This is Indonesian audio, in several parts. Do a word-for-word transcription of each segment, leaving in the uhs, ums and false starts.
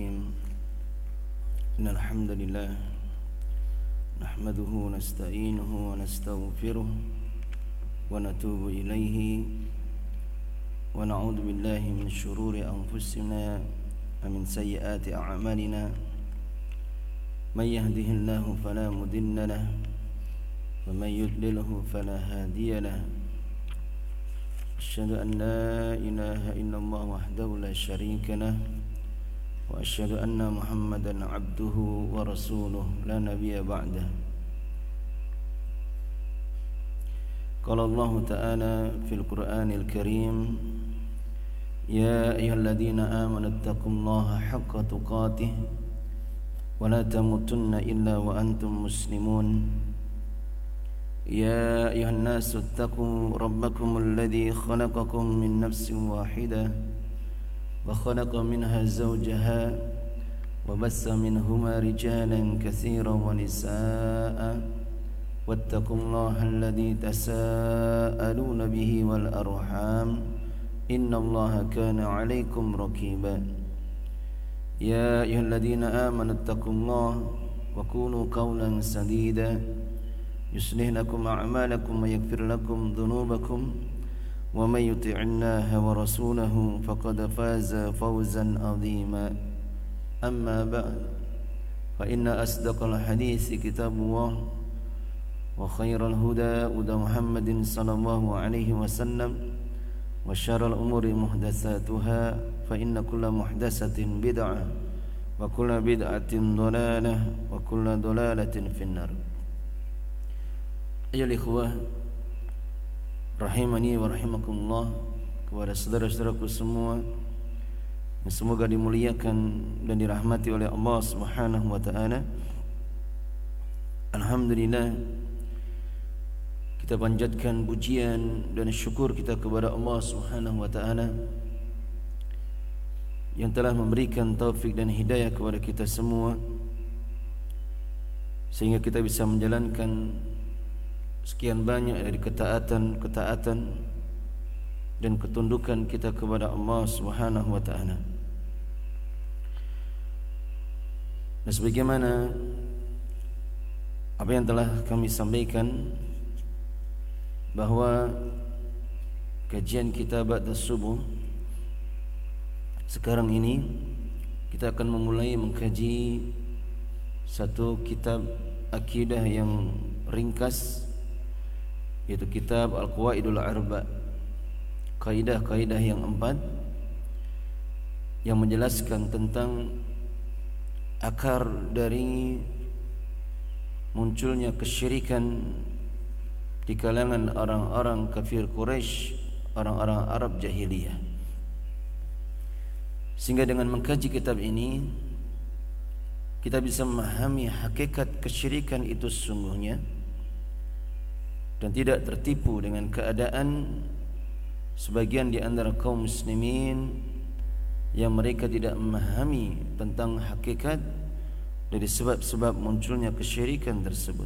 Bismillahirrahmanirrahim. Innal hamdalillah nahmaduhu wa nasta'inuhu wa nastaghfiruh wa natubu ilaihi wa na'udzu billahi min shururi anfusina wa min sayyiati a'malina. May yahdihillahu fala mudilla lahu wa may yudlilhu fala hadiya lahu. Asyhadu an la ilaha illallah wahdahu la syarika lahu wa asyhadu anna Muhammadan abduhu wa rasuluh la nabiyya ba'dah. Qala Allah ta'ala fil Qur'anil Karim, ya ayyuhalladzina amanu taqullaha haqqa tuqatih wa la tamutunna illa wa antum muslimun. يا أيها الناس اتقوا ربكم الذي خلقكم من نفس واحدة وخلق منها زوجها وبث منهما رجالا كثيرا ونساء واتقوا الله الذي تساءلون به والأرحام إن الله كان عليكم رقيبا. يا أيها الذين آمنوا اتقوا الله وقولوا قولا سديدا يصلح لكم أعمالكم ويغفر لكم ذنوبكم ومن يطع الله ورسوله فقد فاز فوزا عظيما. أما بعد فإن أصدق الحديث كتاب الله وخير الهدى هدى محمد صلى الله عليه وسلم وشر الأمور محدثاتها فإن كل محدثة بدعة وكل بدعة ضلالة وكل ضلالة في النار. Ayolah ikhwah rahimani wa rahimakumullah, kepada saudara-saudaraku semua yang semoga dimuliakan dan dirahmati oleh Allah Subhanahu wa taala. Alhamdulillah, kita panjatkan pujian dan syukur kita kepada Allah Subhanahu wa taala yang telah memberikan taufik dan hidayah kepada kita semua sehingga kita bisa menjalankan sekian banyak dari ketaatan-ketaatan dan ketundukan kita kepada Allah Subhanahu wa taala. Dan sebagaimana apa yang telah kami sampaikan, bahwa kajian kita ba'da subuh sekarang ini kita akan memulai mengkaji satu kitab akidah yang ringkas, yaitu kitab Al-Qawaidul Arba', kaidah-kaidah yang empat yang menjelaskan tentang akar dari munculnya kesyirikan di kalangan orang-orang kafir Quraisy, orang-orang Arab jahiliyah. Sehingga dengan mengkaji kitab ini kita bisa memahami hakikat kesyirikan itu sesungguhnya dan tidak tertipu dengan keadaan sebagian di antara kaum muslimin yang mereka tidak memahami tentang hakikat dari sebab-sebab munculnya kesyirikan tersebut.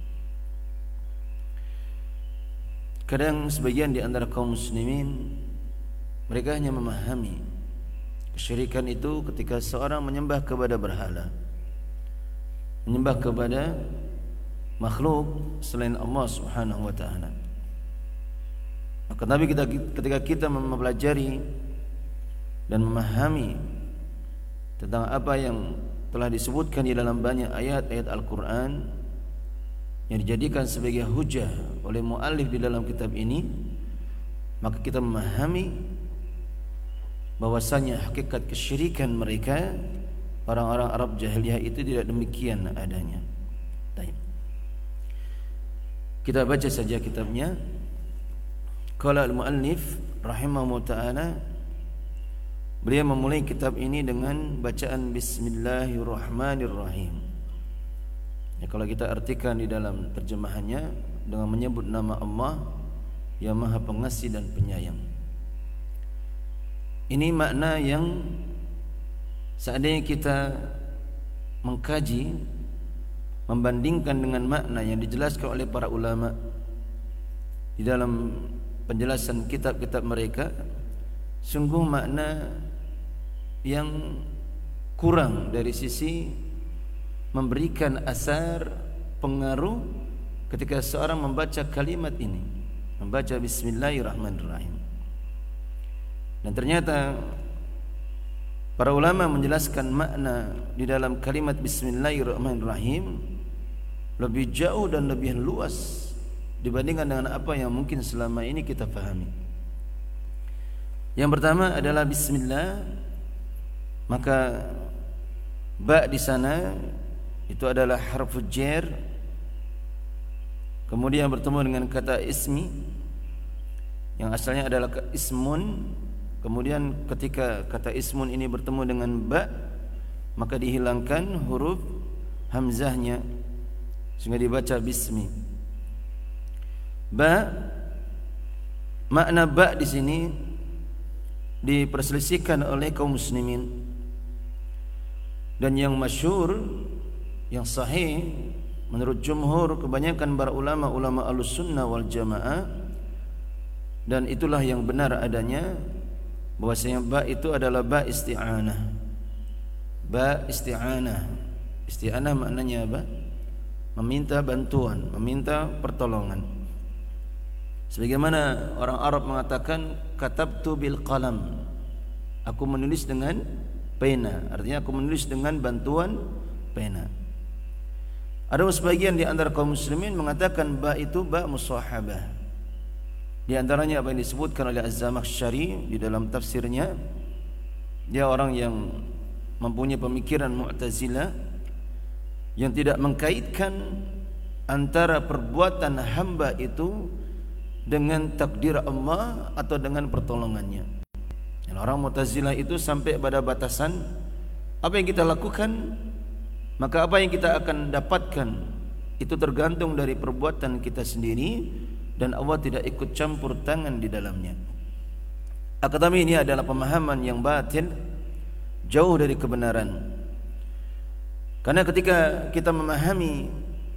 Kadang sebagian di antara kaum muslimin mereka hanya memahami kesyirikan itu ketika seorang menyembah kepada berhala, menyembah kepada makhluk selain Allah Subhanahu wa taala. Maka Nabi kita ketika kita mempelajari dan memahami tentang apa yang telah disebutkan di dalam banyak ayat-ayat Al-Qur'an yang dijadikan sebagai hujah oleh muallif di dalam kitab ini, maka kita memahami bahwasanya hakikat kesyirikan mereka orang-orang Arab jahiliyah itu tidak demikian adanya. Baik. Kita baca saja kitabnya. Qala al-muallif rahimahullah ta'ala, beliau memulai kitab ini dengan bacaan Bismillahirrahmanirrahim. Ya, kalau kita artikan di dalam terjemahannya dengan menyebut nama Allah yang Maha Pengasih dan Penyayang. Ini makna yang seandainya kita mengkaji, membandingkan dengan makna yang dijelaskan oleh para ulama di dalam penjelasan kitab-kitab mereka, sungguh makna yang kurang dari sisi memberikan asar pengaruh ketika seorang membaca kalimat ini, membaca Bismillahirrahmanirrahim. Dan ternyata para ulama menjelaskan makna di dalam kalimat Bismillahirrahmanirrahim lebih jauh dan lebih luas dibandingkan dengan apa yang mungkin selama ini kita pahami. Yang pertama adalah Bismillah, maka ba di sana itu adalah harfu jar, kemudian bertemu dengan kata ismi yang asalnya adalah ismun. Kemudian ketika kata ismun ini bertemu dengan ba, maka dihilangkan huruf hamzahnya sehingga dibaca bismi. Ba, makna ba di sini diperselisihkan oleh kaum muslimin, dan yang masyhur, yang sahih menurut jumhur kebanyakan para ulama ulama Ahlussunnah wal Jamaah, dan itulah yang benar adanya, bahwasanya ba itu adalah ba isti'anah. Ba isti'anah. Isti'anah maknanya apa? Meminta bantuan, meminta pertolongan. Sebagaimana orang Arab mengatakan katabtu bil qalam, aku menulis dengan pena, artinya aku menulis dengan bantuan pena. Ada sebagian di antara kaum muslimin mengatakan ba itu ba musahabah. Di antaranya apa yang disebutkan oleh Az-Zamakhsyari di dalam tafsirnya. Dia orang yang mempunyai pemikiran Mu'tazilah yang tidak mengkaitkan antara perbuatan hamba itu dengan takdir Allah atau dengan pertolongannya. Dan orang Mu'tazilah itu sampai pada batasan apa yang kita lakukan, maka apa yang kita akan dapatkan itu tergantung dari perbuatan kita sendiri, dan Allah tidak ikut campur tangan di dalamnya. Akan tetapi ini adalah pemahaman yang batil, jauh dari kebenaran. Karena ketika kita memahami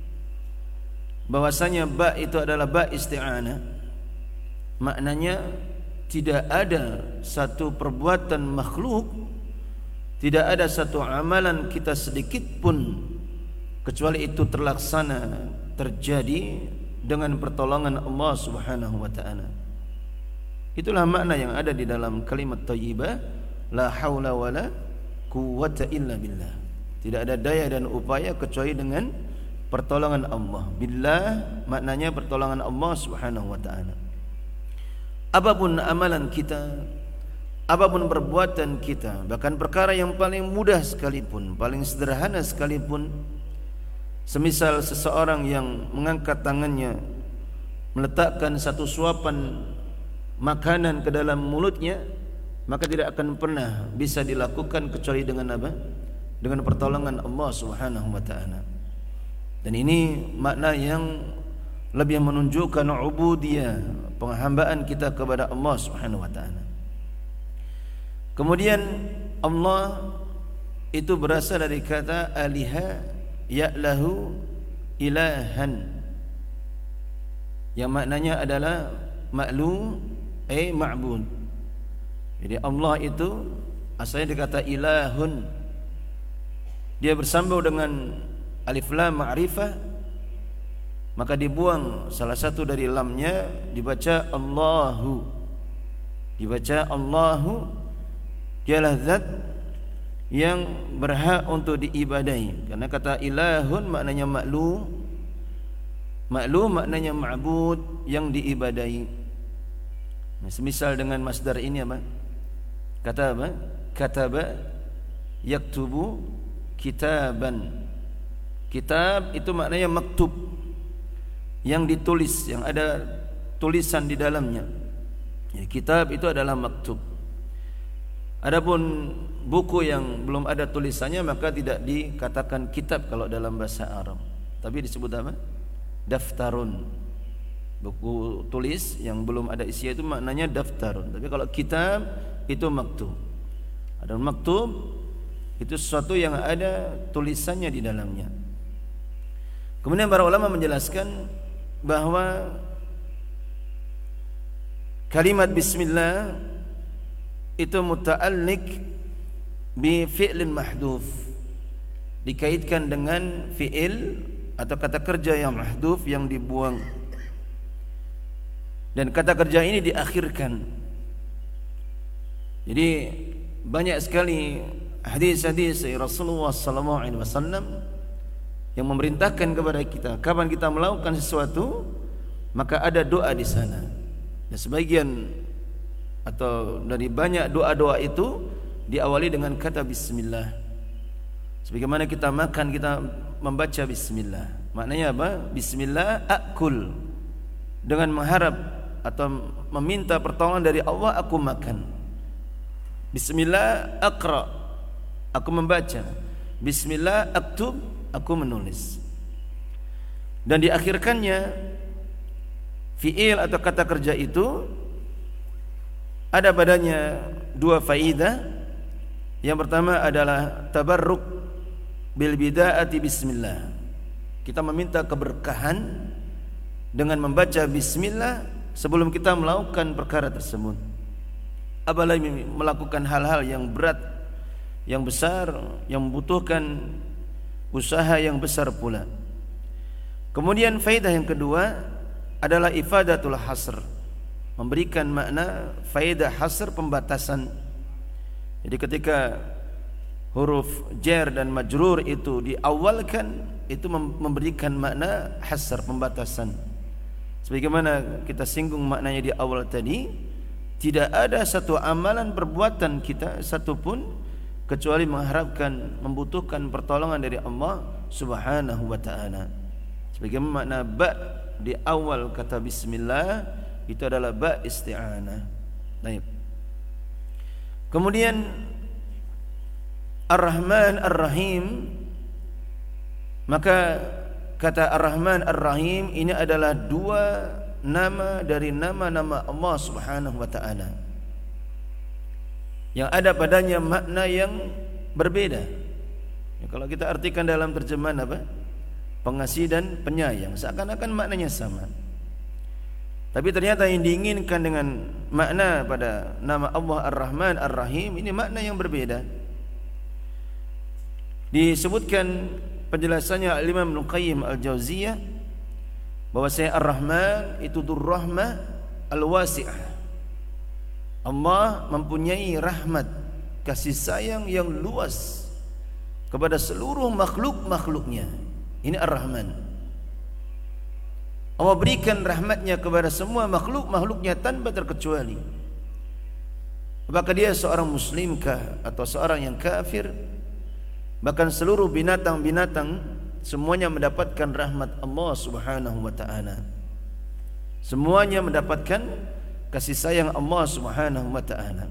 bahwasanya ba itu adalah ba isti'anah, maknanya tidak ada satu perbuatan makhluk, tidak ada satu amalan kita sedikit pun kecuali itu terlaksana, terjadi dengan pertolongan Allah Subhanahu wa taala. Itulah makna yang ada di dalam kalimat thayyibah, la haula wala quwwata illa billah. Tidak ada daya dan upaya kecuali dengan pertolongan Allah. Billah maknanya pertolongan Allah Subhanahu wa taala. Apapun amalan kita, apapun perbuatan kita, bahkan perkara yang paling mudah sekalipun, paling sederhana sekalipun, semisal seseorang yang mengangkat tangannya, meletakkan satu suapan makanan ke dalam mulutnya, maka tidak akan pernah bisa dilakukan kecuali dengan apa? Dengan pertolongan Allah Subhanahu wa taala. Dan ini makna yang lebih menunjukkan ubudiyah, penghambaan kita kepada Allah Subhanahu wa taala. Kemudian Allah itu berasal dari kata aliha ya'lahu ilahan, yang maknanya adalah ma'lu ay ma'bud. Jadi Allah itu asalnya dikata ilahun, dia bersambung dengan alif lam ma'rifah, maka dibuang salah satu dari lamnya, dibaca Allahu, dibaca Allahu. Dialah zat yang berhak untuk diibadahi. Karena kata ilahun maknanya maklu, maklu maknanya ma'bud, yang diibadahi. Nah, semisal dengan masdar ini apa? Kata apa? Kataba yaktubu kitaban. Kitab itu maknanya maktub, yang ditulis, yang ada tulisan di dalamnya. Ya, kitab itu adalah maktub. Adapun buku yang belum ada tulisannya maka tidak dikatakan kitab kalau dalam bahasa Arab, tapi disebut apa? Daftarun. Buku tulis yang belum ada isinya itu maknanya daftarun. Tapi kalau kitab itu maktub. Ada maktub itu sesuatu yang ada tulisannya di dalamnya. Kemudian para ulama menjelaskan bahwa kalimat bismillah itu muta'alliq bi fi'lin mahdhuf, dikaitkan dengan fi'il atau kata kerja yang mahdhuf, yang dibuang, dan kata kerja ini diakhirkan. Jadi banyak sekali hadis-hadis Rasulullah sallallahu alaihi wasallam yang memerintahkan kepada kita kapan kita melakukan sesuatu maka ada doa di sana. Dan sebagian atau dari banyak doa-doa itu diawali dengan kata bismillah. Sebagaimana kita makan kita membaca bismillah. Maknanya apa? Bismillah akul, dengan mengharap atau meminta pertolongan dari Allah aku makan. Bismillah aqra, aku membaca. Bismillah aktub, aku menulis. Dan diakhirkannya fi'il atau kata kerja itu ada padanya dua faidah. Yang pertama adalah tabarruk bil bidaati bismillah. Kita meminta keberkahan dengan membaca bismillah sebelum kita melakukan perkara tersebut. Apalagi melakukan hal-hal yang berat, yang besar, yang membutuhkan usaha yang besar pula. Kemudian faedah yang kedua adalah ifadatul hasr, memberikan makna faedah hasr, pembatasan. Jadi ketika huruf jar dan majrur itu diawalkan, itu memberikan makna hasr, pembatasan. Sebagaimana kita singgung maknanya di awal tadi, tidak ada satu amalan perbuatan kita satupun kecuali mengharapkan, membutuhkan pertolongan dari Allah Subhanahu wa ta'ala. Sebagaimana makna ba di awal kata bismillah itu adalah ba isti'anah. Baik. Kemudian Ar-Rahman Ar-Rahim, maka kata Ar-Rahman Ar-Rahim ini adalah dua nama dari nama-nama Allah Subhanahu wa ta'ala yang ada padanya makna yang berbeda. Ya, kalau kita artikan dalam terjemahan apa? Pengasih dan penyayang, seakan-akan maknanya sama. Tapi ternyata yang diinginkan dengan makna pada nama Allah Ar-Rahman Ar-Rahim ini makna yang berbeda. Disebutkan penjelasannya Al-Imam Ibnu Qayyim Al-Jauziyah bahwasanya Ar-Rahman itu Dzur-Rahmah Al-Wasi'ah. Allah mempunyai rahmat, kasih sayang yang luas kepada seluruh makhluk-makhluknya. Ini Ar-Rahman. Allah berikan rahmatnya kepada semua makhluk-makhluknya tanpa terkecuali. Apakah dia seorang muslimkah atau seorang yang kafir, bahkan seluruh binatang-binatang semuanya mendapatkan rahmat Allah Subhanahu wa ta'ala. Semuanya mendapatkan kasih sayang Allah Subhanahu wa ta'ala.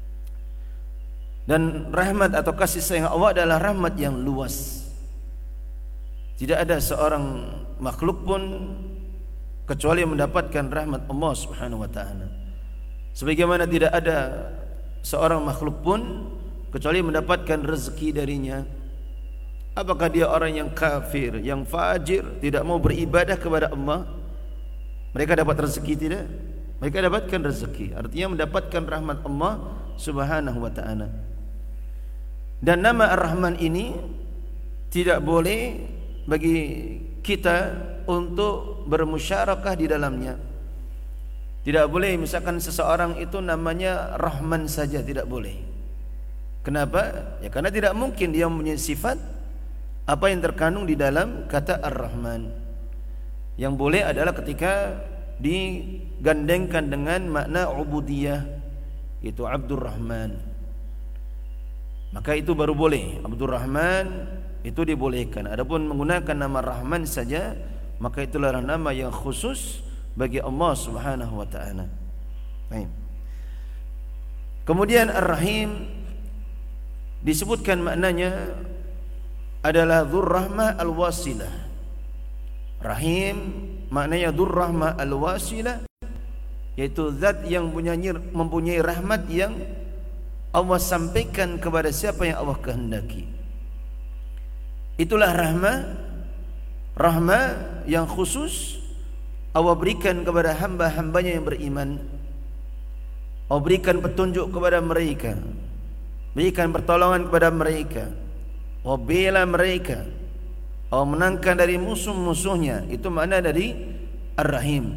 Dan rahmat atau kasih sayang Allah adalah rahmat yang luas. Tidak ada seorang makhluk pun kecuali mendapatkan rahmat Allah Subhanahu wa ta'ala. Sebagaimana tidak ada seorang makhluk pun kecuali mendapatkan rezeki darinya. Apakah dia orang yang kafir, yang fajir, tidak mau beribadah kepada Allah, mereka dapat rezeki tidak? Mereka dapatkan rezeki, artinya mendapatkan rahmat Allah Subhanahu wa ta'ala. Dan nama Ar-Rahman ini tidak boleh bagi kita untuk bermusyarakah di dalamnya. Tidak boleh misalkan seseorang itu namanya Rahman saja, tidak boleh. Kenapa? Ya karena tidak mungkin dia mempunyai sifat apa yang terkandung di dalam kata Ar-Rahman. Yang boleh adalah ketika digandengkan dengan makna ubudiyah, yaitu Abdur Rahman, maka itu baru boleh. Abdur Rahman itu dibolehkan. Adapun menggunakan nama Rahman saja, maka itulah nama yang khusus bagi Allah Subhanahu wa ta'ala. Baik. Kemudian Ar-Rahim disebutkan maknanya adalah Dzur-Rahmah Al-Wasilah. Rahim maknanya Dzur-Rahmah Al-Wasilah, yaitu zat yang mempunyai, mempunyai rahmat yang Allah sampaikan kepada siapa yang Allah kehendaki. Itulah rahmah, rahmah yang khusus Allah berikan kepada hamba-hambanya yang beriman. Allah berikan petunjuk kepada mereka berikan pertolongan kepada mereka, wa bela mereka, atau menangkan dari musuh-musuhnya. Itu makna dari Ar-Rahim.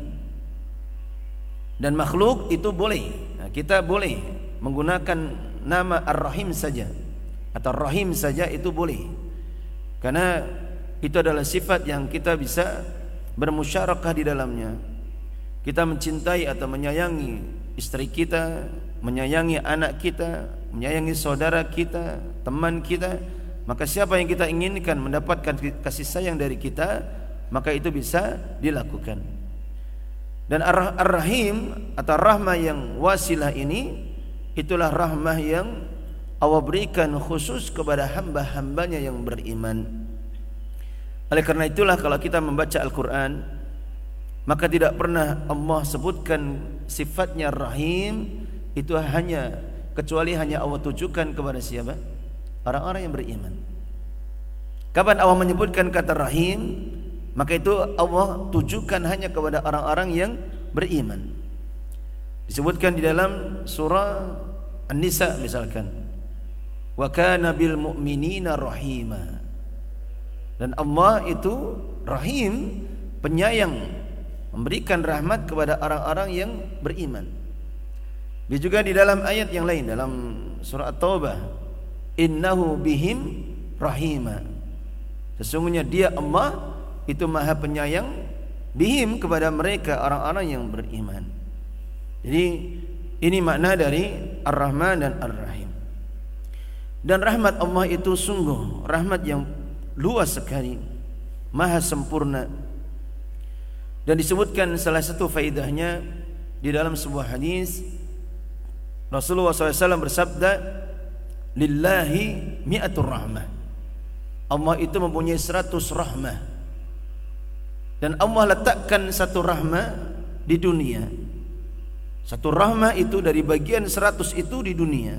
Dan makhluk itu boleh, nah, kita boleh menggunakan nama Ar-Rahim saja atau Rahim saja, itu boleh, karena itu adalah sifat yang kita bisa bermusyarakah di dalamnya. Kita mencintai atau menyayangi istri kita, menyayangi anak kita, menyayangi saudara kita, teman kita, maka siapa yang kita inginkan mendapatkan kasih sayang dari kita, maka itu bisa dilakukan. Dan Ar-Rahim atau rahmah yang wasilah ini, itulah rahmah yang Allah berikan khusus kepada hamba-hambanya yang beriman. Oleh karena itulah kalau kita membaca Al-Quran, maka tidak pernah Allah sebutkan sifatnya Rahim itu hanya kecuali hanya Allah tujukan kepada siapa? Orang-orang yang beriman. Kapan Allah menyebutkan kata Rahim, maka itu Allah tujukan hanya kepada orang-orang yang beriman. Disebutkan di dalam surah An-Nisa misalkan, wa kana bil mu'minina rahima. Dan Allah itu Rahim, penyayang, memberikan rahmat kepada orang-orang yang beriman. Dia juga di dalam ayat yang lain dalam surah At-Taubah, innahu bihim rahima. Sesungguhnya dia Allah itu maha penyayang bihim kepada mereka orang-orang yang beriman. Jadi ini makna dari Ar-Rahman dan Ar-Rahim. Dan rahmat Allah itu sungguh rahmat yang luas sekali, maha sempurna. Dan disebutkan salah satu faedahnya di dalam sebuah hadis, Rasulullah shallallahu alaihi wasallam bersabda, lillahi mi'atur rahmah. Allah itu mempunyai seratus rahmah. Dan Allah letakkan satu rahmah di dunia. Satu rahmah itu dari bagian seratus itu di dunia,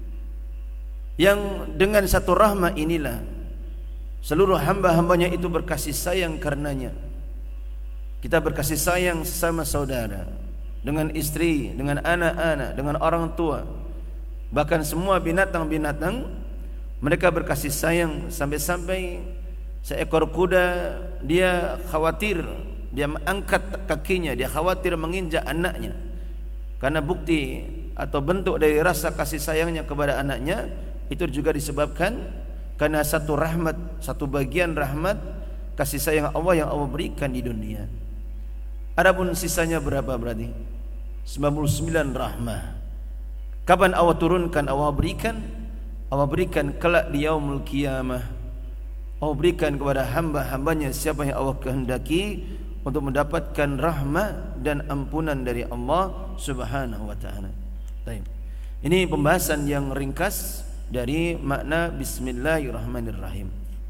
yang dengan satu rahmah inilah seluruh hamba-hambanya itu berkasih sayang karenanya. Kita berkasih sayang sesama saudara, dengan istri, dengan anak-anak, dengan orang tua, bahkan semua binatang-binatang, mereka berkasih sayang. Sampai-sampai seekor kuda, dia khawatir, dia mengangkat kakinya, dia khawatir menginjak anaknya, karena bukti atau bentuk dari rasa kasih sayangnya kepada anaknya itu juga disebabkan karena satu rahmat, satu bagian rahmat kasih sayang Allah yang Allah berikan di dunia. Adapun sisanya berapa berarti? sembilan puluh sembilan rahmah. Kapan Allah turunkan, Allah berikan? Allah berikan kelak di yaumul qiyamah. Allah berikan kepada hamba-hambanya siapa yang Allah kehendaki untuk mendapatkan rahmat dan ampunan dari Allah Subhanahu wa taala. Baik. Ini pembahasan yang ringkas dari makna Bismillahirrahmanirrahim.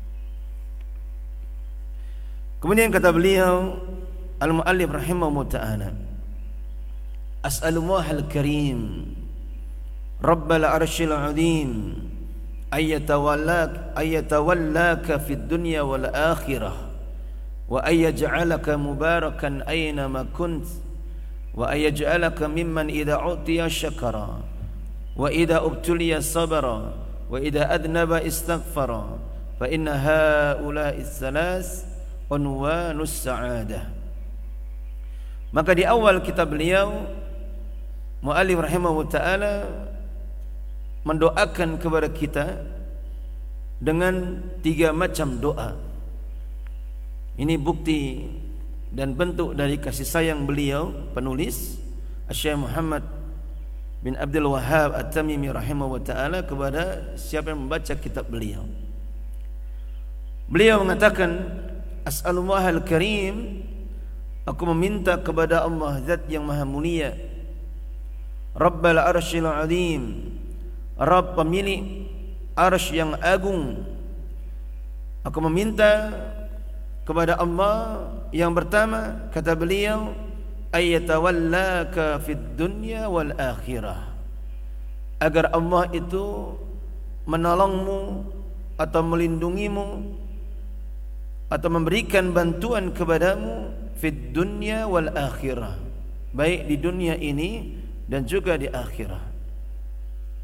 Kemudian kata beliau Al-Mu'allif rahimahullah ta'ala, As'alullah al-Karim Rabbal arshil azim ayyatawallak ayyatawallaka fid dunya wal akhirah wa ayyaj'alaka mubarakan aynama kunt wa ayyaj'alaka mimman idza utiya syakara wa idza ubtuliya sabara wa idza adnaba istaghfara fa inna haula'i tsalas unwanus sa'adah. Maka di awal kitab beliau Mu'allif rahimahullah ta'ala mendoakan kepada kita dengan tiga macam doa. Ini bukti dan bentuk dari kasih sayang beliau penulis Syekh Muhammad bin Abdul Wahhab At-Tamimi rahimahullah ta'ala kepada siapa yang membaca kitab beliau. Beliau mengatakan, As'alullah al-Karim, aku meminta kepada Allah Zat yang maha mulia, Rabbal arshil azim, Rabb pemilik arsy yang agung. Aku meminta kepada Allah yang pertama, kata beliau, ayyatawallaka fid dunya wal akhirah, agar Allah itu menolongmu atau melindungimu atau memberikan bantuan kepadamu fid dunya wal akhirah, baik di dunia ini dan juga di akhirat.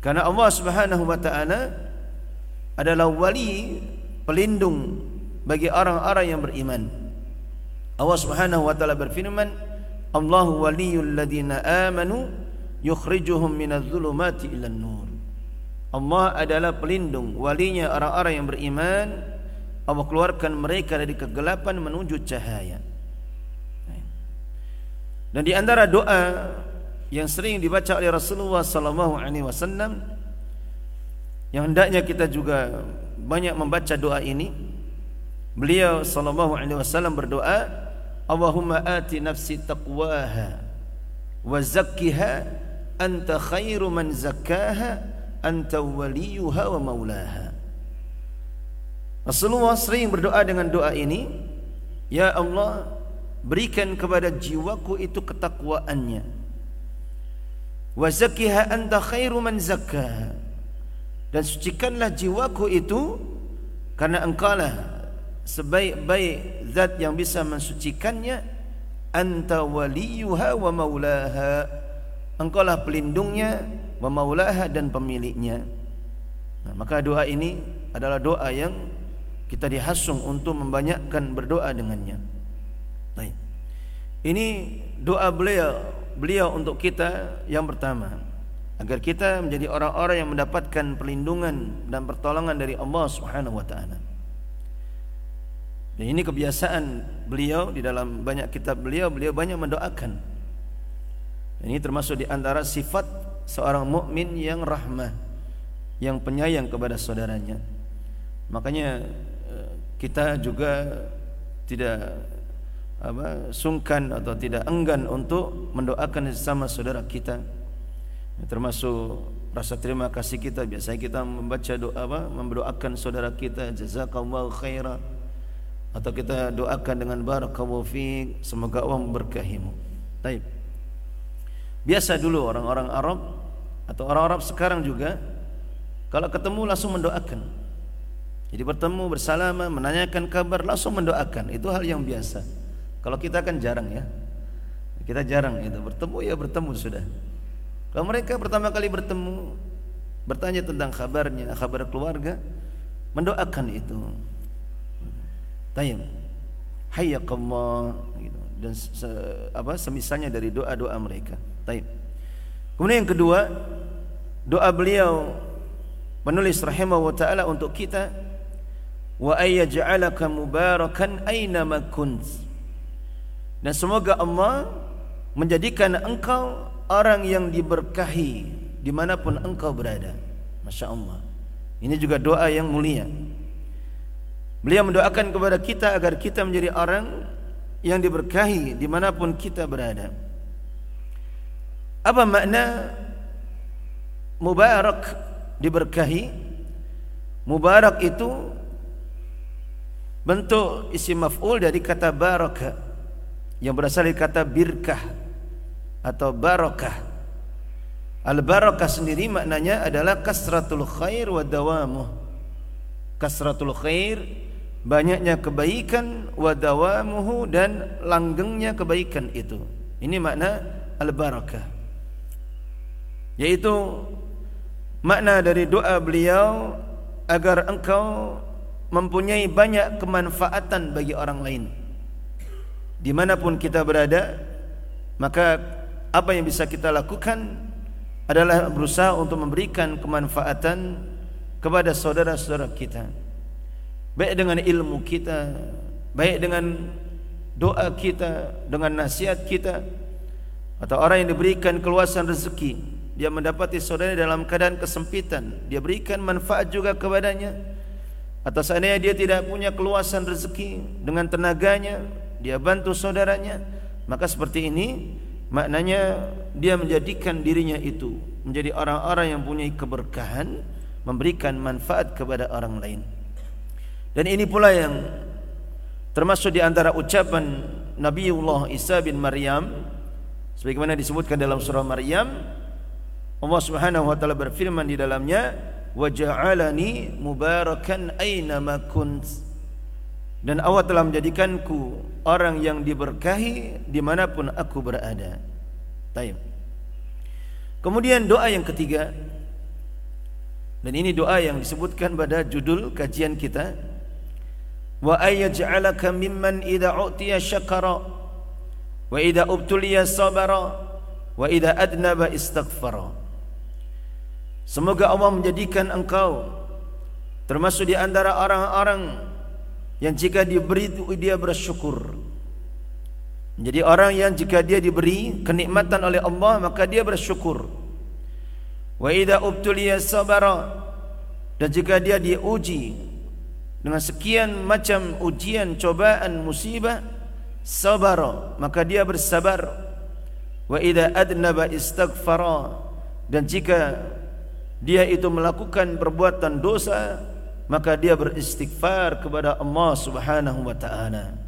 Karena Allah Subhanahu wa taala adalah wali, pelindung bagi orang-orang yang beriman. Allah Subhanahu wa taala berfirman, Allahu waliyul ladzina amanu yukhrijuhum minadz zulumati ilan nur. Allah adalah pelindung, walinya orang-orang yang beriman. Allah keluarkan mereka dari kegelapan menuju cahaya. Dan di antara doa yang sering dibaca oleh Rasulullah sallallahu alaihi wasallam, yang hendaknya kita juga banyak membaca doa ini, beliau sallallahu alaihi wasallam berdoa, Allahumma ati nafsi taqwaha wa zakkiha anta khairu man zakkaha anta waliyuha wa maulaha. Rasulullah sering berdoa dengan doa ini, ya Allah, berikan kepada jiwaku itu ketakwaannya, wa zakkiha anta khairu man zakkaha, dan sucikanlah jiwaku itu karena engkaulah sebaik-baik zat yang bisa mensucikannya. Anta waliyuha wa maulaha, engkaulah pelindungnya, wa maulaha, dan pemiliknya. Nah, maka doa ini adalah doa yang kita dihasung untuk membanyakkan berdoa dengannya. Baik. Ini doa beliau beliau untuk kita yang pertama, agar kita menjadi orang-orang yang mendapatkan perlindungan dan pertolongan dari Allah Subhanahu wa taala. Dan ini kebiasaan beliau, di dalam banyak kitab beliau, beliau banyak mendoakan. Dan ini termasuk di antara sifat seorang mukmin yang rahmah, yang penyayang kepada saudaranya. Makanya kita juga tidak apa, sungkan atau tidak enggan untuk mendoakan sesama saudara kita. Termasuk rasa terima kasih kita, biasanya kita membaca doa apa, mendoakan saudara kita, jazakallahu khaira, atau kita doakan dengan barakallahu fiik, semoga Allah memberkahimu. Baik. Biasa dulu orang-orang Arab atau orang Arab sekarang juga, kalau ketemu langsung mendoakan. Jadi bertemu, bersalama, menanyakan kabar, langsung mendoakan. Itu hal yang biasa. Kalau kita kan jarang ya, kita jarang itu bertemu, ya bertemu sudah. Kalau mereka pertama kali bertemu, bertanya tentang kabarnya, kabar keluarga, mendoakan itu. Tayyib, hayyakallah, gitu. Dan se, apa semisalnya dari doa-doa mereka. Tayyib. Kemudian yang kedua, doa beliau penulis rahimahullah wa taala untuk kita, wa ayyaj'alaka mubarakan aina ma kunt. Dan semoga Allah menjadikan engkau orang yang diberkahi dimanapun engkau berada. Masya Allah. Ini juga doa yang mulia. Beliau mendoakan kepada kita agar kita menjadi orang yang diberkahi dimanapun kita berada. Apa makna mubarak, diberkahi? Mubarak itu bentuk isim maf'ul dari kata baraka, yang berasal dari kata birkah atau barakah. Al-barakah sendiri maknanya adalah kasratul khair wa dawamuh. Kasratul khair, banyaknya kebaikan, wa dawamuhu, dan langgengnya kebaikan itu. Ini makna al-barakah. Yaitu makna dari doa beliau agar engkau mempunyai banyak kemanfaatan bagi orang lain. Dimanapun kita berada, maka apa yang bisa kita lakukan adalah berusaha untuk memberikan kemanfaatan kepada saudara-saudara kita, baik dengan ilmu kita, baik dengan doa kita, dengan nasihat kita. Atau orang yang diberikan keluasan rezeki, dia mendapati saudara dalam keadaan kesempitan, dia berikan manfaat juga kepadanya. Atau seandainya dia tidak punya keluasan rezeki, dengan tenaganya dia bantu saudaranya, maka seperti ini maknanya dia menjadikan dirinya itu menjadi orang-orang yang punya keberkahan, memberikan manfaat kepada orang lain. Dan ini pula yang termasuk di antara ucapan Nabiullah Isa bin Maryam, sebagaimana disebutkan dalam surah Maryam. Allah Subhanahu wa taala berfirman di dalamnya, wa ja'alani mubarakan aina ma kunt. Dan Allah telah menjadikanku orang yang diberkahi dimanapun aku berada. Taib. Kemudian doa yang ketiga, Dan ini doa yang disebutkan pada judul kajian kita, wa ayyaj'alaka mimman idza u'tiya syakara wa idza ubtuliya sabara wa idza adnaba istaghfara. Semoga Allah menjadikan engkau termasuk di antara orang-orang yang jika diberi dia bersyukur. Menjadi orang yang jika dia diberi kenikmatan oleh Allah maka dia bersyukur. Wa idza ubtuliya sabara, dan jika dia diuji dengan sekian macam ujian, cobaan, musibah, sabara, maka dia bersabar. Wa idza adnaba istaghfara, dan jika dia itu melakukan perbuatan dosa maka dia beristighfar kepada Allah Subhanahu wa taala.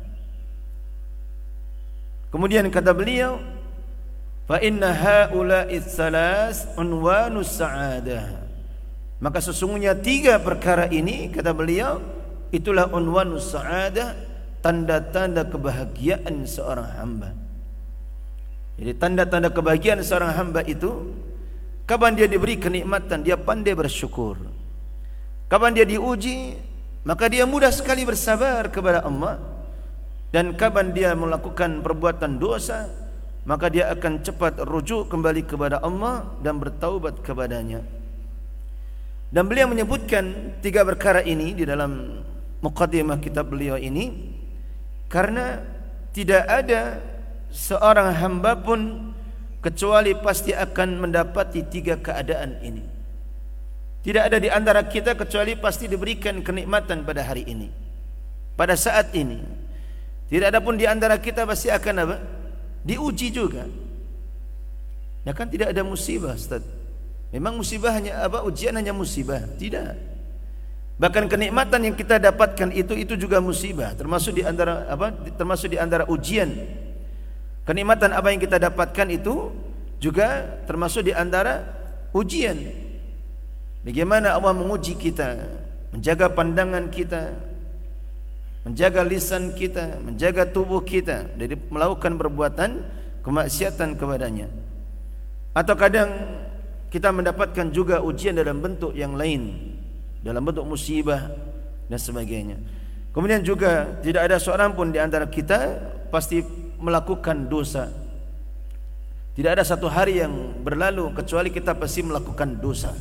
Kemudian kata beliau, fa inna haula'i tsalas unwanus sa'adah. Maka sesungguhnya tiga perkara ini, kata beliau, itulah unwanus sa'adah, tanda-tanda kebahagiaan seorang hamba. Jadi tanda-tanda kebahagiaan seorang hamba itu, kapan dia diberi kenikmatan, dia pandai bersyukur. Kapan dia diuji, maka dia mudah sekali bersabar kepada Allah. Dan kapan dia melakukan perbuatan dosa, maka dia akan cepat rujuk kembali kepada Allah dan bertaubat kepadanya. Dan beliau menyebutkan tiga perkara ini di dalam muqaddimah kitab beliau ini karena tidak ada seorang hamba pun kecuali pasti akan mendapati tiga keadaan ini. Tidak ada di antara kita kecuali pasti diberikan kenikmatan pada hari ini, pada saat ini. Tidak ada pun di antara kita pasti akan apa? Diuji juga. Ya kan tidak ada musibah, Ustaz. Memang musibah hanya apa? Ujian hanya musibah? Tidak. Bahkan kenikmatan yang kita dapatkan itu itu juga musibah, termasuk di antara apa? Termasuk di antara ujian. Kenikmatan apa yang kita dapatkan itu juga termasuk di antara ujian. Bagaimana Allah menguji kita, menjaga pandangan kita, menjaga lisan kita, menjaga tubuh kita dari melakukan perbuatan kemaksiatan kepadanya. Atau kadang kita mendapatkan juga ujian dalam bentuk yang lain, dalam bentuk musibah dan sebagainya. Kemudian juga tidak ada seorang pun di antara kita pasti melakukan dosa. Tidak ada satu hari yang berlalu kecuali kita pasti melakukan dosa.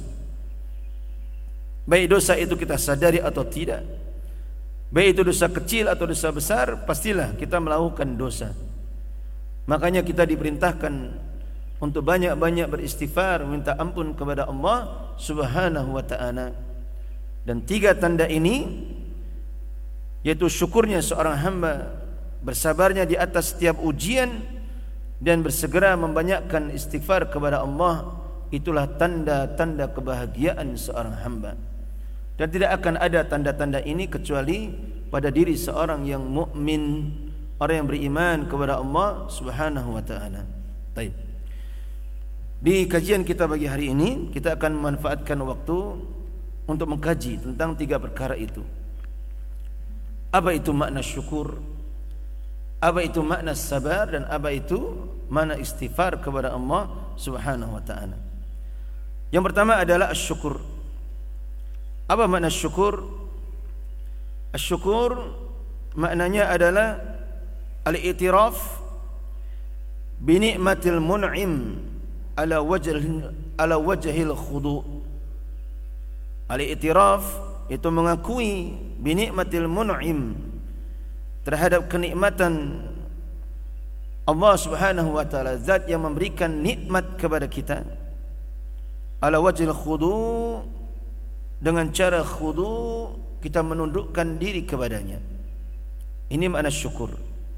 Baik dosa itu kita sadari atau tidak, baik itu dosa kecil atau dosa besar, pastilah kita melakukan dosa. Makanya kita diperintahkan untuk banyak-banyak beristighfar, minta ampun kepada Allah Subhanahu wa ta'ala. Dan tiga tanda ini, yaitu syukurnya seorang hamba, bersabarnya di atas setiap ujian, dan bersegera membanyakkan istighfar kepada Allah, itulah tanda-tanda kebahagiaan seorang hamba. Dan tidak akan ada tanda-tanda ini kecuali pada diri seorang yang mukmin, orang yang beriman kepada Allah Subhanahu wa taala. Baik. Di kajian kita bagi hari ini, kita akan memanfaatkan waktu untuk mengkaji tentang tiga perkara itu. Apa itu makna syukur? Apa itu makna sabar, dan apa itu makna istighfar kepada Allah Subhanahu wa taala? Yang pertama adalah asyukur. Apa makna syukur? Asyukur maknanya adalah al-i'tiraf bi ni'matil mun'im ala wajh ala wajhil khudu'. Al-i'tiraf itu mengakui bi ni'matil mun'im, terhadap kenikmatan Allah Subhanahu wa taala, zat yang memberikan nikmat kepada kita, ala wajhil khudu', dengan cara khudu, kita menundukkan diri kepadanya. Ini makna syukur.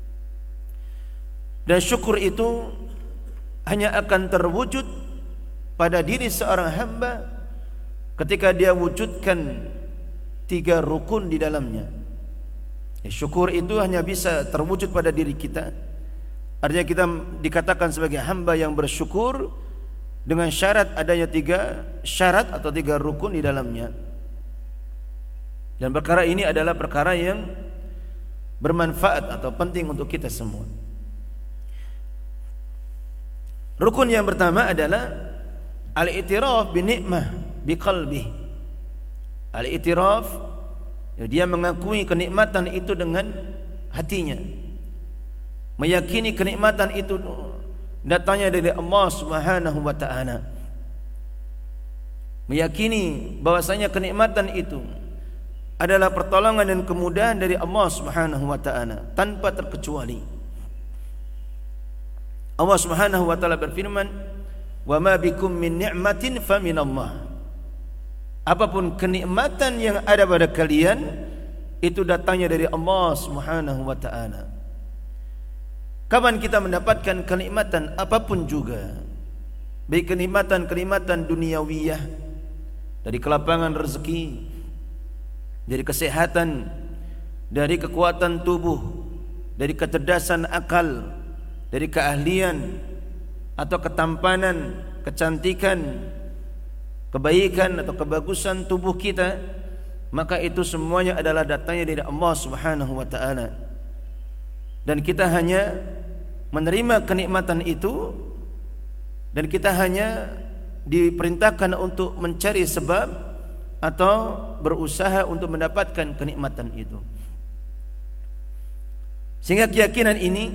Dan syukur itu hanya akan terwujud pada diri seorang hamba ketika dia wujudkan tiga rukun di dalamnya. Ya, syukur itu hanya bisa terwujud pada diri kita. Artinya kita dikatakan sebagai hamba yang bersyukur dengan syarat adanya tiga syarat atau tiga rukun di dalamnya. Dan perkara ini adalah perkara yang bermanfaat atau penting untuk kita semua. Rukun yang pertama adalah al-i'tiraf bi ni'mah bi qalbi. Al-i'tiraf, dia mengakui kenikmatan itu dengan hatinya, meyakini kenikmatan itu datangnya dari Allah Subhanahu wa ta'ala, meyakini bahwasanya kenikmatan itu adalah pertolongan dan kemudahan dari Allah Subhanahu wa ta'ala tanpa terkecuali. Allah Subhanahu wa ta'ala berfirman, "Wa ma bikum min ni'matin fa min Allah." Apapun kenikmatan yang ada pada kalian itu datangnya dari Allah Subhanahu wa ta'ala. Kapan kita mendapatkan kenikmatan apapun juga, baik kenikmatan-kenikmatan duniawiyah, dari kelapangan rezeki, dari kesehatan, dari kekuatan tubuh, dari kecerdasan akal, dari keahlian atau ketampanan, kecantikan, kebaikan atau kebagusan tubuh kita, maka itu semuanya adalah datangnya dari Allah Subhanahu wa ta'ala. Dan kita hanya menerima kenikmatan itu, dan kita hanya diperintahkan untuk mencari sebab atau berusaha untuk mendapatkan kenikmatan itu. Sehingga keyakinan ini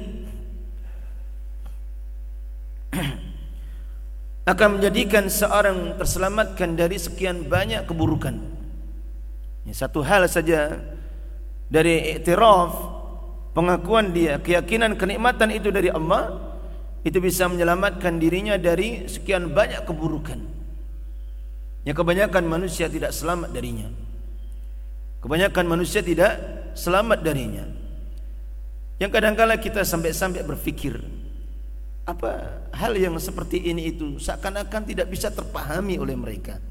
akan menjadikan seorang terselamatkan dari sekian banyak keburukan. Satu hal saja dari i'tiraf, pengakuan dia, keyakinan kenikmatan itu dari Allah, itu bisa menyelamatkan dirinya dari sekian banyak keburukan yang kebanyakan manusia tidak selamat darinya. Kebanyakan manusia tidak selamat darinya. Yang kadang-kala kita sampai-sampai berpikir, apa hal yang seperti ini itu seakan-akan tidak bisa terpahami oleh mereka,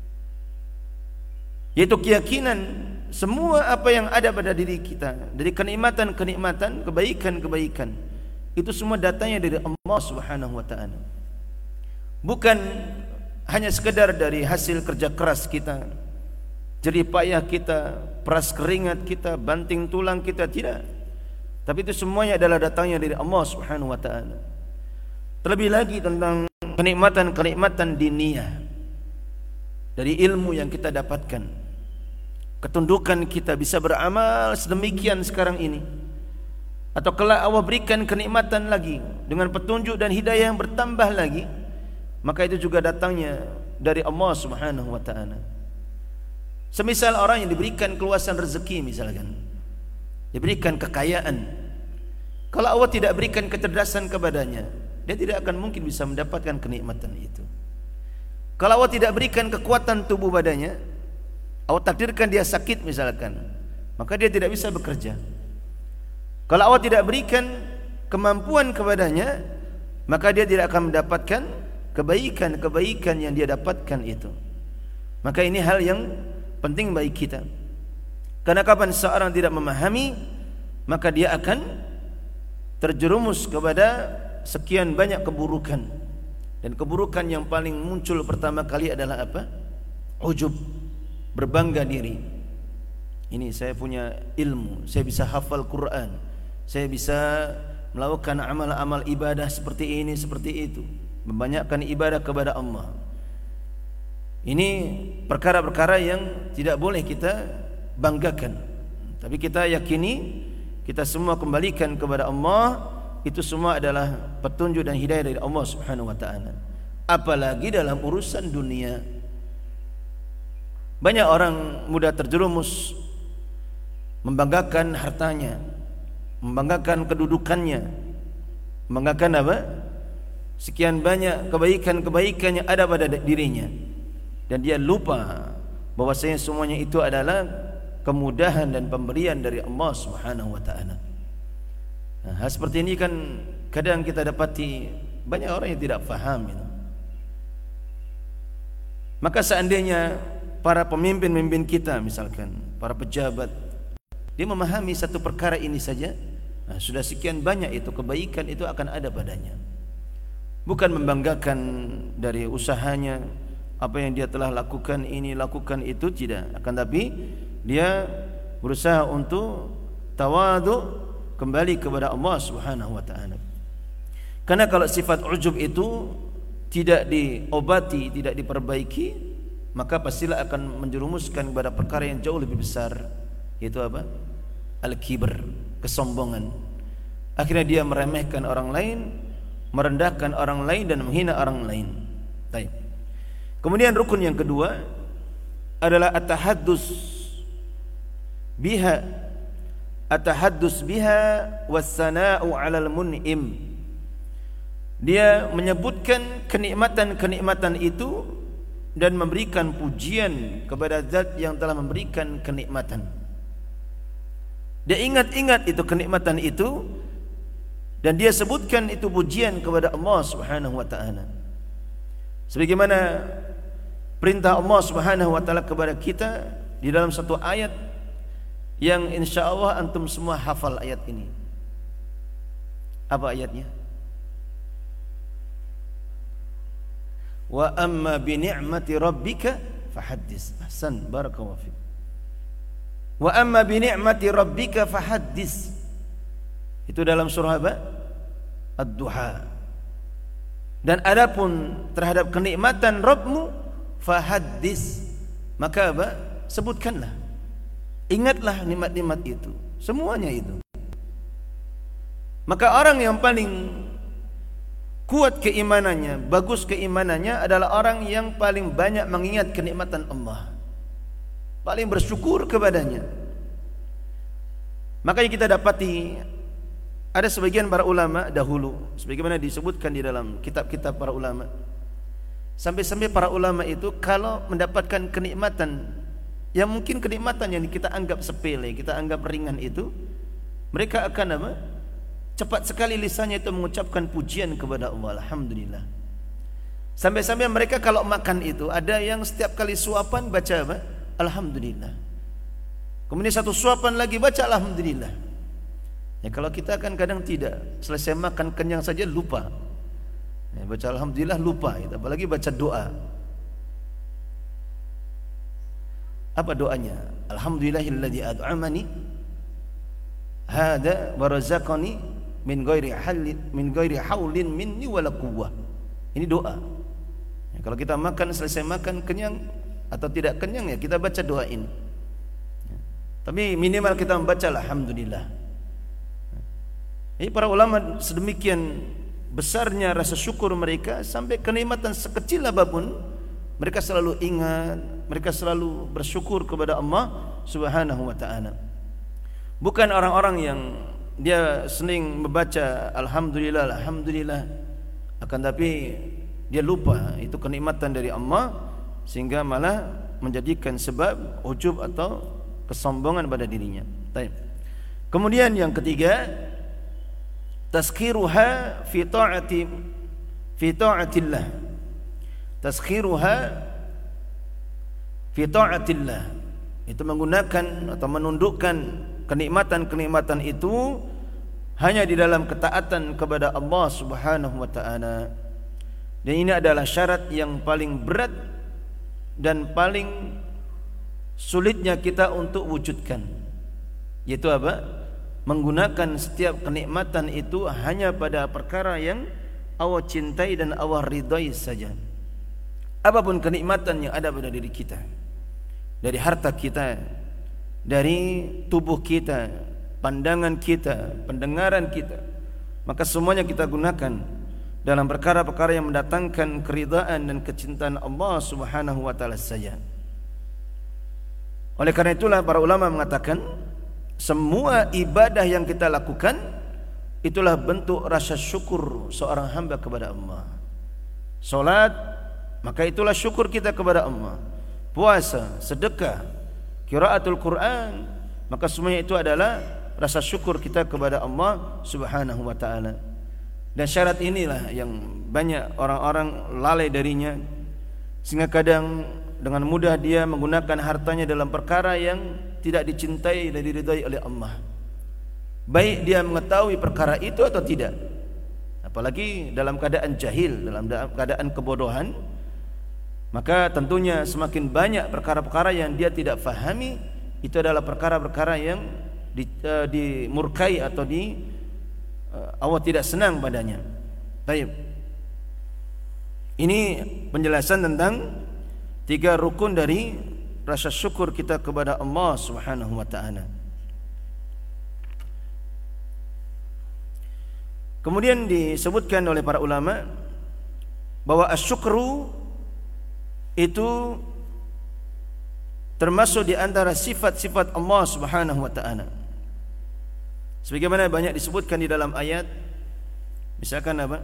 yaitu keyakinan semua apa yang ada pada diri kita, dari kenikmatan-kenikmatan, kebaikan-kebaikan, itu semua datangnya dari Allah Subhanahu wa ta'ala. Bukan hanya sekedar dari hasil kerja keras kita, jerih payah kita, peras keringat kita, banting tulang kita, tidak. Tapi itu semuanya adalah datangnya dari Allah Subhanahu wa ta'ala. Terlebih lagi tentang kenikmatan-kenikmatan diniyah, dari ilmu yang kita dapatkan, ketundukan kita bisa beramal sedemikian sekarang ini, atau kelak Allah berikan kenikmatan lagi dengan petunjuk dan hidayah yang bertambah lagi, maka itu juga datangnya dari Allah Subhanahu wa ta'ala. Semisal orang yang diberikan keluasan rezeki, misalkan diberikan kekayaan, kalau Allah tidak berikan kecerdasan kepadanya, dia tidak akan mungkin bisa mendapatkan kenikmatan itu. Kalau Allah tidak berikan kekuatan tubuh badannya, Allah takdirkan dia sakit misalkan, maka dia tidak bisa bekerja. Kalau Allah tidak berikan kemampuan kepadanya, maka dia tidak akan mendapatkan kebaikan-kebaikan yang dia dapatkan itu. Maka ini hal yang penting bagi kita, karena kapan seorang tidak memahami, maka dia akan terjerumus kepada sekian banyak keburukan. Dan keburukan yang paling muncul pertama kali adalah apa? Ujub, berbangga diri. Ini saya punya ilmu, saya bisa hafal Quran, saya bisa melakukan amal-amal ibadah seperti ini, seperti itu, membanyakkan ibadah kepada Allah. Ini perkara-perkara yang tidak boleh kita banggakan, tapi kita yakini, kita semua kembalikan kepada Allah. Itu semua adalah petunjuk dan hidayah dari Allah Subhanahu wa ta'ala. Apalagi dalam urusan dunia, banyak orang mudah terjerumus membanggakan hartanya, membanggakan kedudukannya, membanggakan apa? Sekian banyak kebaikan-kebaikan yang ada pada dirinya, dan dia lupa bahwasanya semuanya itu adalah kemudahan dan pemberian dari Allah Subhanahu wa ta'ala. Nah, hal seperti ini kan kadang kita dapati banyak orang yang tidak faham itu. Maka seandainya para pemimpin-pemimpin kita, misalkan para pejabat, dia memahami satu perkara ini saja, nah, sudah sekian banyak itu kebaikan itu akan ada padanya. Bukan membanggakan dari usahanya, apa yang dia telah lakukan ini, lakukan itu, tidak. Akan tapi dia berusaha untuk tawadhu, kembali kepada Allah Subhanahu wa ta'ala. Karena kalau sifat ujub itu tidak diobati, tidak diperbaiki, maka pastilah akan menjerumuskan kepada perkara yang jauh lebih besar, yaitu apa? Al-kibr, kesombongan. Akhirnya dia meremehkan orang lain, merendahkan orang lain dan menghina orang lain. Baik. Kemudian rukun yang kedua adalah at-tahaddus biha, at-tahaddus biha was-sana'u 'alal mun'im. Dia menyebutkan kenikmatan-kenikmatan itu dan memberikan pujian kepada zat yang telah memberikan kenikmatan. Dia ingat-ingat itu kenikmatan itu dan dia sebutkan itu pujian kepada Allah Subhanahu wa taala. Sebagaimana perintah Allah Subhanahu wa taala kepada kita di dalam satu ayat yang insyaallah antum semua hafal ayat ini. Apa ayatnya? Wa amma bi ni'mati rabbika fahaddis. Ahsan, barakallahu fiik. Wa amma bi ni'mati rabbika fahaddis. Itu dalam surah apa? Ad-Duha. Dan adapun terhadap kenikmatan Rabbmu fahaddis, maka apa? Sebutkanlah. Ingatlah nikmat-nikmat itu. Semuanya itu. Maka orang yang paling kuat keimanannya, bagus keimanannya adalah orang yang paling banyak mengingat kenikmatan Allah, paling bersyukur kepadanya. Makanya kita dapati ada sebagian para ulama dahulu, sebagaimana disebutkan di dalam kitab-kitab para ulama, sampai-sampai para ulama itu kalau mendapatkan kenikmatan yang mungkin kenikmatan yang kita anggap sepele, kita anggap ringan itu, mereka akan apa? Cepat sekali lisannya itu mengucapkan pujian kepada Allah. Alhamdulillah. Sampai-sampai mereka kalau makan itu ada yang setiap kali suapan baca apa? Alhamdulillah. Kemudian satu suapan lagi baca Alhamdulillah. Ya, kalau kita kan kadang tidak, selesai makan kenyang saja lupa. Ya, baca Alhamdulillah lupa, gitu. Apalagi baca doa. Apa doanya? Alhamdulillahilladzi at'amani hada wa razaqani min ghairi halin min ghairi haulin minni wala quwwah. Ini doa. Ya, kalau kita makan, selesai makan kenyang atau tidak kenyang, ya kita baca doa ini. Ya, tapi minimal kita membaca alhamdulillah. Ini para ulama sedemikian besarnya rasa syukur mereka, sampai kenikmatan sekecil apapun mereka selalu ingat, mereka selalu bersyukur kepada Allah Subhanahu wa taala. Bukan orang-orang yang dia sering membaca alhamdulillah alhamdulillah, akan tapi dia lupa itu kenikmatan dari Allah, sehingga malah menjadikan sebab ujub atau kesombongan pada dirinya. Baik. Kemudian yang ketiga, tazkiruha fi ta'ati fi ta'atillah. Tazkiruha fi ta'atillah, itu menggunakan atau menundukkan kenikmatan-kenikmatan itu hanya di dalam ketaatan kepada Allah Subhanahu wa taala. Dan ini adalah syarat yang paling berat dan paling sulitnya kita untuk wujudkan. Yaitu apa? Menggunakan setiap kenikmatan itu hanya pada perkara yang Allah cintai dan Allah ridai saja. Apapun kenikmatan yang ada pada diri kita, dari harta kita, dari tubuh kita, pandangan kita, pendengaran kita, maka semuanya kita gunakan dalam perkara-perkara yang mendatangkan keridhaan dan kecintaan Allah Subhanahu wa taala saja. Oleh karena itulah para ulama mengatakan semua ibadah yang kita lakukan itulah bentuk rasa syukur seorang hamba kepada Allah. Salat, maka itulah syukur kita kepada Allah. Puasa, sedekah, qiraatul Quran, maka semuanya itu adalah rasa syukur kita kepada Allah Subhanahu wa taala. Dan syarat inilah yang banyak orang-orang lalai darinya, sehingga kadang dengan mudah dia menggunakan hartanya dalam perkara yang tidak dicintai dan diridai oleh Allah, baik dia mengetahui perkara itu atau tidak. Apalagi dalam keadaan jahil, dalam keadaan kebodohan, maka tentunya semakin banyak perkara-perkara yang dia tidak fahami. Itu adalah perkara-perkara yang di, uh, dimurkai atau di uh, Allah tidak senang padanya. Baik. Ini penjelasan tentang tiga rukun dari rasa syukur kita kepada Allah Subhanahu wa taala. Kemudian disebutkan oleh para ulama bahwa asyukru itu termasuk di antara sifat-sifat Allah Subhanahu wa taala. Sebagaimana banyak disebutkan di dalam ayat, misalkan apa?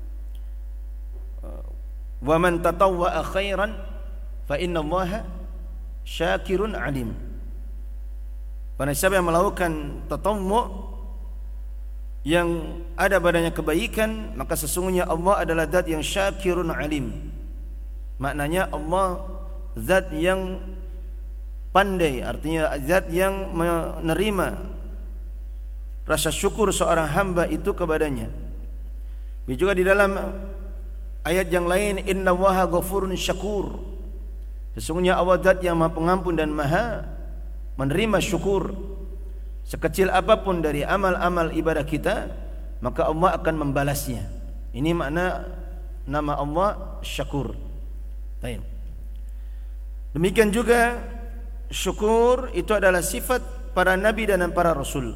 Wa man tatawwa'a khairan fa innallaha syakirun alim. Barang siapa yang melakukan tatawwu' yang ada padanya kebaikan, maka sesungguhnya Allah adalah zat yang syakirun alim. Maknanya Allah zat yang pandai, artinya zat yang menerima rasa syukur seorang hamba itu kepadanya. Juga di dalam ayat yang lain, innallaha ghafurun syakur, sesungguhnya Allah zat yang maha pengampun dan maha menerima syukur. Sekecil apapun dari amal-amal ibadah kita, maka Allah akan membalasnya. Ini makna nama Allah Syakur. Baik. Demikian juga syukur itu adalah sifat para nabi dan para rasul.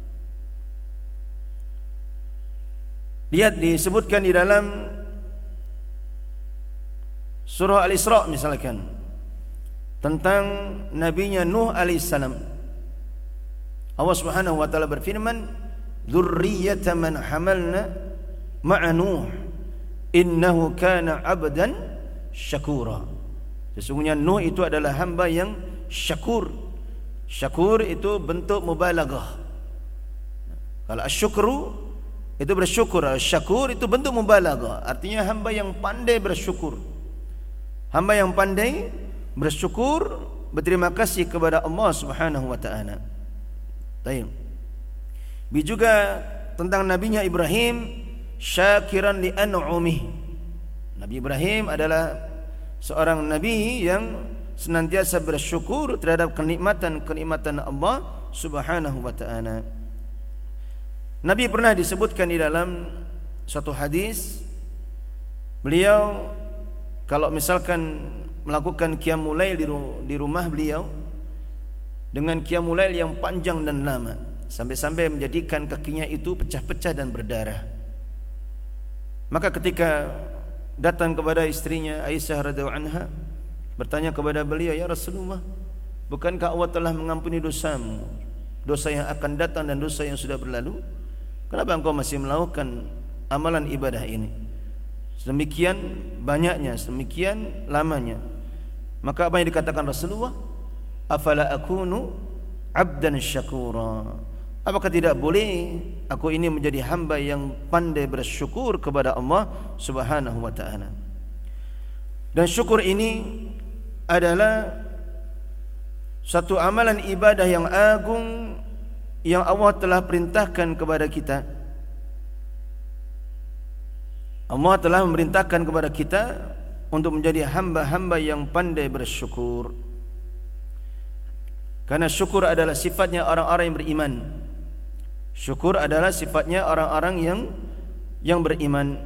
Lihat disebutkan di dalam surah Al-Isra misalkan tentang nabinya Nuh alaihissalam. Allah Subhanahu wa taala berfirman, "Dzurriyyata man hamalna ma'a Nuh, innahu kana 'abdan syakura." Sesungguhnya Nuh itu adalah hamba yang syakur. Syakur itu bentuk mubalaghah. Kalau asyukru itu bersyukur, syakur itu bentuk mubalaghah, artinya hamba yang pandai bersyukur. Hamba yang pandai bersyukur, berterima kasih kepada Allah Subhanahu wa taala. Baik. Bi juga tentang nabinya Ibrahim, syakiran li an'umih. Nabi Ibrahim adalah seorang nabi yang senantiasa bersyukur terhadap kenikmatan-kenikmatan Allah Subhanahu wa taala. Nabi pernah disebutkan di dalam suatu hadis, beliau kalau misalkan melakukan qiyamul lail di rumah beliau dengan qiyamul lail yang panjang dan lama, sampai-sampai menjadikan kakinya itu pecah-pecah dan berdarah. Maka ketika datang kepada istrinya Aisyah radhiyallahu anha, bertanya kepada beliau, "Ya Rasulullah, bukankah Allah telah mengampuni dosamu, dosa yang akan datang dan dosa yang sudah berlalu? Kenapa engkau masih melakukan amalan ibadah ini sedemikian banyaknya, sedemikian lamanya?" Maka apa yang dikatakan Rasulullah? Afala akunu abdan syakura. Apakah tidak boleh aku ini menjadi hamba yang pandai bersyukur kepada Allah Subhanahu wa taala? Dan syukur ini adalah satu amalan ibadah yang agung yang Allah telah perintahkan kepada kita. Allah telah memerintahkan kepada kita untuk menjadi hamba-hamba yang pandai bersyukur. Karena syukur adalah sifatnya orang-orang yang beriman. Syukur adalah sifatnya orang-orang yang yang beriman.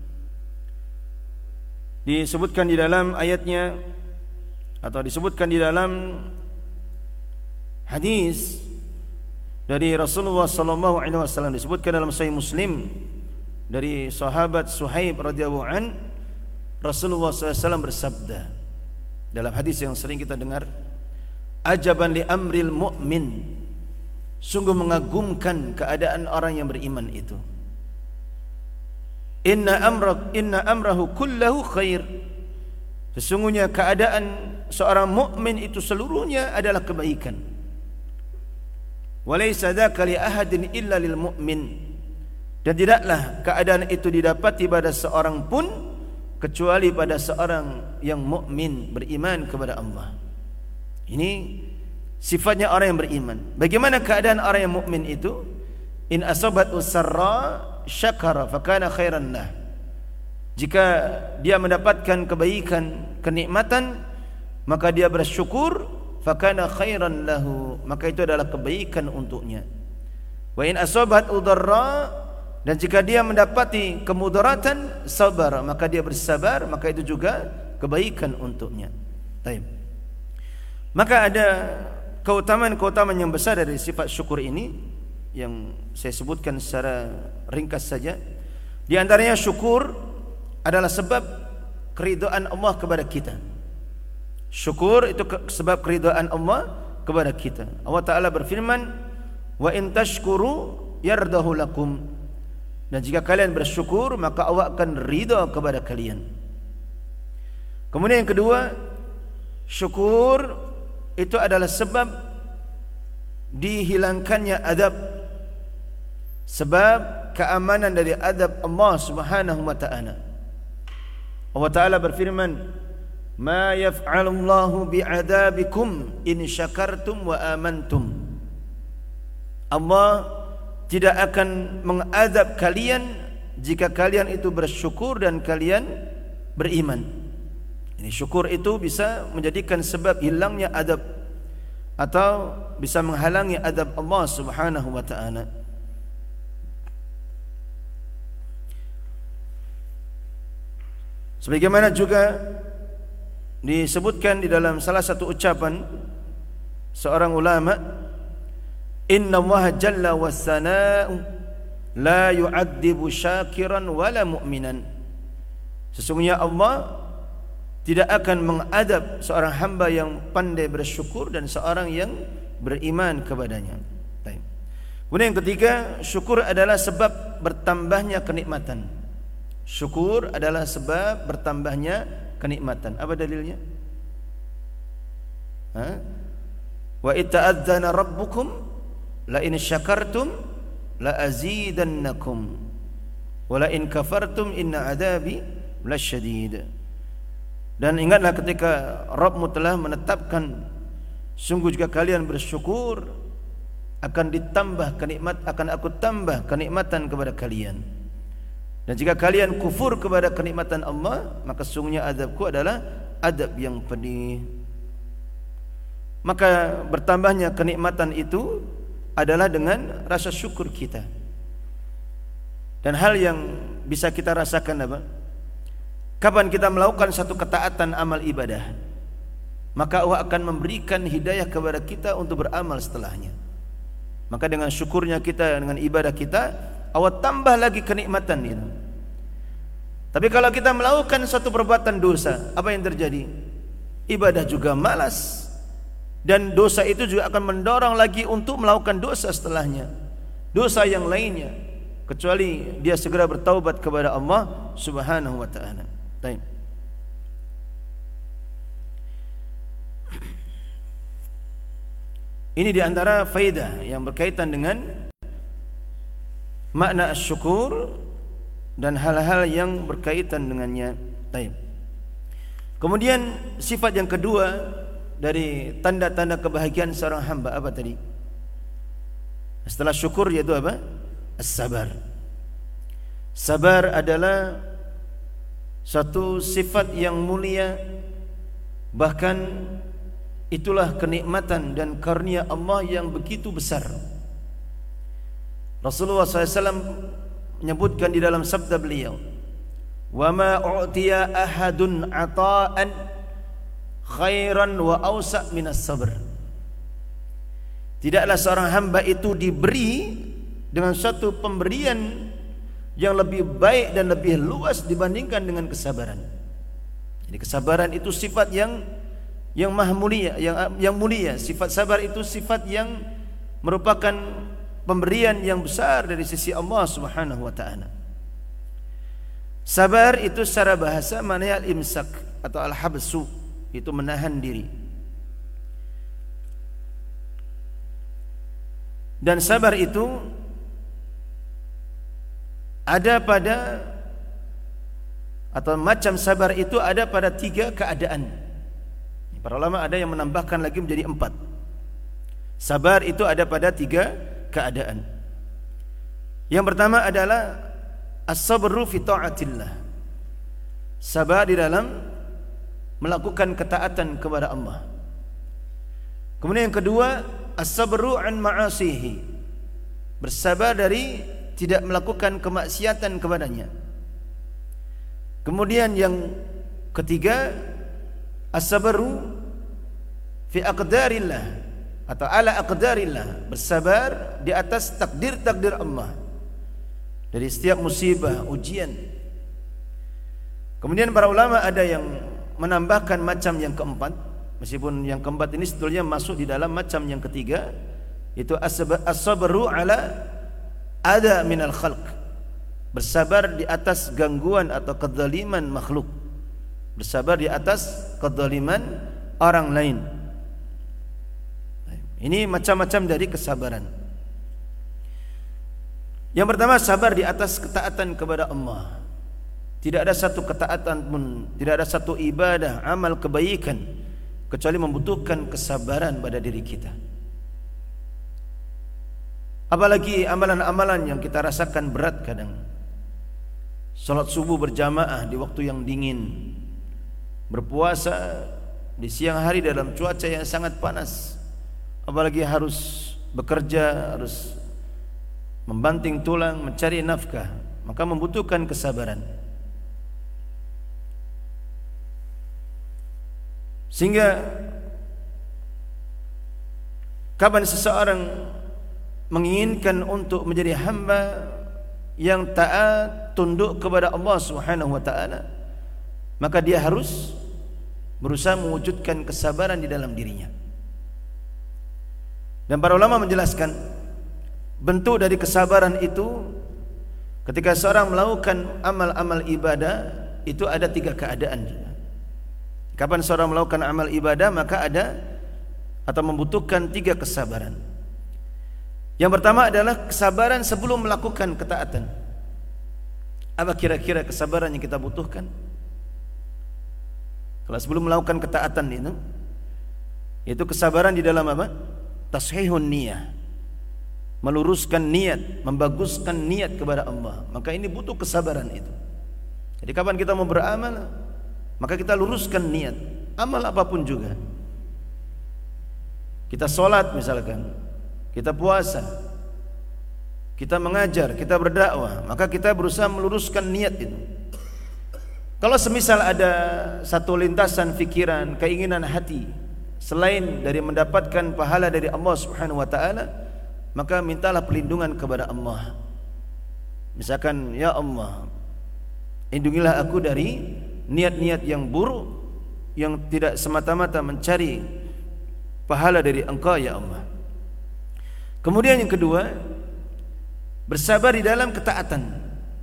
Disebutkan di dalam ayatnya atau disebutkan di dalam hadis dari Rasulullah sallallahu alaihi wasallam, disebutkan dalam Sahih Muslim dari sahabat Suhaib radhiyallahu an, Rasulullah sallallahu alaihi wasallam bersabda dalam hadis yang sering kita dengar, "Ajaban li amril mu'min." Sungguh mengagumkan keadaan orang yang beriman itu. Inna amrak inna amrahu kullahu khair. Sesungguhnya keadaan seorang mukmin itu seluruhnya adalah kebaikan. Walaysa dzaka li ahadin illa lil mu'min. Dan tidaklah keadaan itu didapati pada seorang pun kecuali pada seorang yang mukmin, beriman kepada Allah. Ini sifatnya orang yang beriman. Bagaimana keadaan orang yang mukmin itu? In asabat usarra syakara fakana khairan lah. Jika dia mendapatkan kebaikan, kenikmatan, maka dia bersyukur, fakana khairan lahu, maka itu adalah kebaikan untuknya. Wa in asabat udarra, dan jika dia mendapati kemudaratan, sabar, maka dia bersabar, maka itu juga kebaikan untuknya. Taib. Maka ada keutamaan-keutamaan yang besar dari sifat syukur ini yang saya sebutkan secara ringkas saja. Di antaranya syukur adalah sebab keridhaan Allah kepada kita. Syukur itu sebab keridhaan Allah kepada kita. Allah Ta'ala berfirman, wa in tashkuru yardahu lakum. Dan jika kalian bersyukur, maka Allah akan ridha kepada kalian. Kemudian yang kedua, syukur itu adalah sebab dihilangkannya adab, sebab keamanan dari adab Allah Subhanahu wa ta'ala. Allah Ta'ala berfirman, ma yaf'alullahu bi'adabikum in syakartum wa amantum. Allah tidak akan mengadab kalian jika kalian itu bersyukur dan kalian beriman. Ini syukur itu bisa menjadikan sebab hilangnya adab atau bisa menghalangi adab Allah Subhanahu wa ta'ala. Sebagaimana juga disebutkan di dalam salah satu ucapan seorang ulama, inna Allah jalla wa sana'u la yu'adzibu syakiran wala mu'minan. Sesungguhnya Allah tidak akan mengadab seorang hamba yang pandai bersyukur dan seorang yang beriman kepadanya. Kemudian yang ketiga, syukur adalah sebab bertambahnya kenikmatan. Syukur adalah sebab bertambahnya kenikmatan. Apa dalilnya? Ha? Wa ita'adzana rabbukum la in syakartum la azidannakum wa la in kafartum inna adabi lasyadid. Dan ingatlah ketika Rabbmu telah menetapkan, sungguh jika kalian bersyukur akan ditambah kenikmat, akan aku tambah kenikmatan kepada kalian. Dan jika kalian kufur kepada kenikmatan Allah, maka sungguhnya azabku adalah azab yang pedih. Maka bertambahnya kenikmatan itu adalah dengan rasa syukur kita. Dan hal yang bisa kita rasakan apa? Kapan kita melakukan satu ketaatan amal ibadah, maka Allah akan memberikan hidayah kepada kita untuk beramal setelahnya. Maka dengan syukurnya kita, dengan ibadah kita, Allah tambah lagi kenikmatan itu. Tapi kalau kita melakukan satu perbuatan dosa, apa yang terjadi? Ibadah juga malas, dan dosa itu juga akan mendorong lagi untuk melakukan dosa setelahnya, dosa yang lainnya, kecuali dia segera bertaubat kepada Allah Subhanahu wa ta'ala. Baik. Ini diantara faedah yang berkaitan dengan makna syukur dan hal-hal yang berkaitan dengannya. Baik. Kemudian sifat yang kedua dari tanda-tanda kebahagiaan seorang hamba apa tadi? Setelah syukur yaitu apa? As-sabar. Sabar adalah satu sifat yang mulia, bahkan itulah kenikmatan dan karunia Allah yang begitu besar. Rasulullah sallallahu alaihi wasallam menyebutkan di dalam sabda beliau, wa ma u'tiya ahadun ata'an khairan wa awsa' minas sabr. Tidaklah seorang hamba itu diberi dengan satu pemberian yang lebih baik dan lebih luas dibandingkan dengan kesabaran. Jadi kesabaran itu sifat yang yang maha mulia, yang yang mulia. Sifat sabar itu sifat yang merupakan pemberian yang besar dari sisi Allah Subhanahu wa ta'ala. Sabar itu secara bahasa maknanya al-imsak atau al-habsu, itu menahan diri. Dan sabar itu ada pada, atau macam sabar itu ada pada tiga keadaan. Para ulama ada yang menambahkan lagi menjadi empat. Sabar itu ada pada tiga keadaan. Yang pertama adalah as-sabru fi ta'atillah. Sabar di dalam melakukan ketaatan kepada Allah. Kemudian yang kedua, as-sabru an ma'asihi. Bersabar dari tidak melakukan kemaksiatan kepadanya. Kemudian yang ketiga, as-sabru fi aqdarillah atau ala aqdarillah, bersabar di atas takdir-takdir Allah dari setiap musibah, ujian. Kemudian para ulama ada yang menambahkan macam yang keempat, meskipun yang keempat ini sebetulnya masuk di dalam macam yang ketiga, itu as-sabru ala ada minal khalq, bersabar di atas gangguan atau kezaliman makhluk, bersabar di atas kezaliman orang lain. Ini macam-macam dari kesabaran. Yang pertama, sabar di atas ketaatan kepada Allah. Tidak ada satu ketaatan pun, tidak ada satu ibadah, amal kebaikan kecuali membutuhkan kesabaran pada diri kita. Apalagi amalan-amalan yang kita rasakan berat kadang. Salat subuh berjamaah di waktu yang dingin, berpuasa di siang hari dalam cuaca yang sangat panas, apalagi harus bekerja, harus membanting tulang, mencari nafkah, maka membutuhkan kesabaran. Sehingga kapan seseorang menginginkan untuk menjadi hamba yang taat, tunduk kepada Allah Subhanahu wa taala, maka dia harus berusaha mewujudkan kesabaran di dalam dirinya. Dan para ulama menjelaskan bentuk dari kesabaran itu, ketika seorang melakukan amal-amal ibadah itu ada tiga keadaan juga. Kapan seorang melakukan amal ibadah maka ada atau membutuhkan tiga kesabaran. Yang pertama adalah kesabaran sebelum melakukan ketaatan. Apa kira-kira kesabaran yang kita butuhkan? Kalau sebelum melakukan ketaatan itu, itu kesabaran di dalam apa? Tashihun niyah, meluruskan niat, membaguskan niat kepada Allah. Maka ini butuh kesabaran itu. Jadi kapan kita mau beramal, maka kita luruskan niat, amal apapun juga. Kita sholat misalkan, kita puasa, kita mengajar, kita berdakwah, maka kita berusaha meluruskan niat itu. Kalau semisal ada satu lintasan fikiran, keinginan hati selain dari mendapatkan pahala dari Allah Subhanahu wa taala, maka mintalah perlindungan kepada Allah. Misalkan, ya Allah, lindungilah aku dari niat-niat yang buruk yang tidak semata-mata mencari pahala dari Engkau ya Allah. Kemudian yang kedua, bersabar di dalam ketaatan.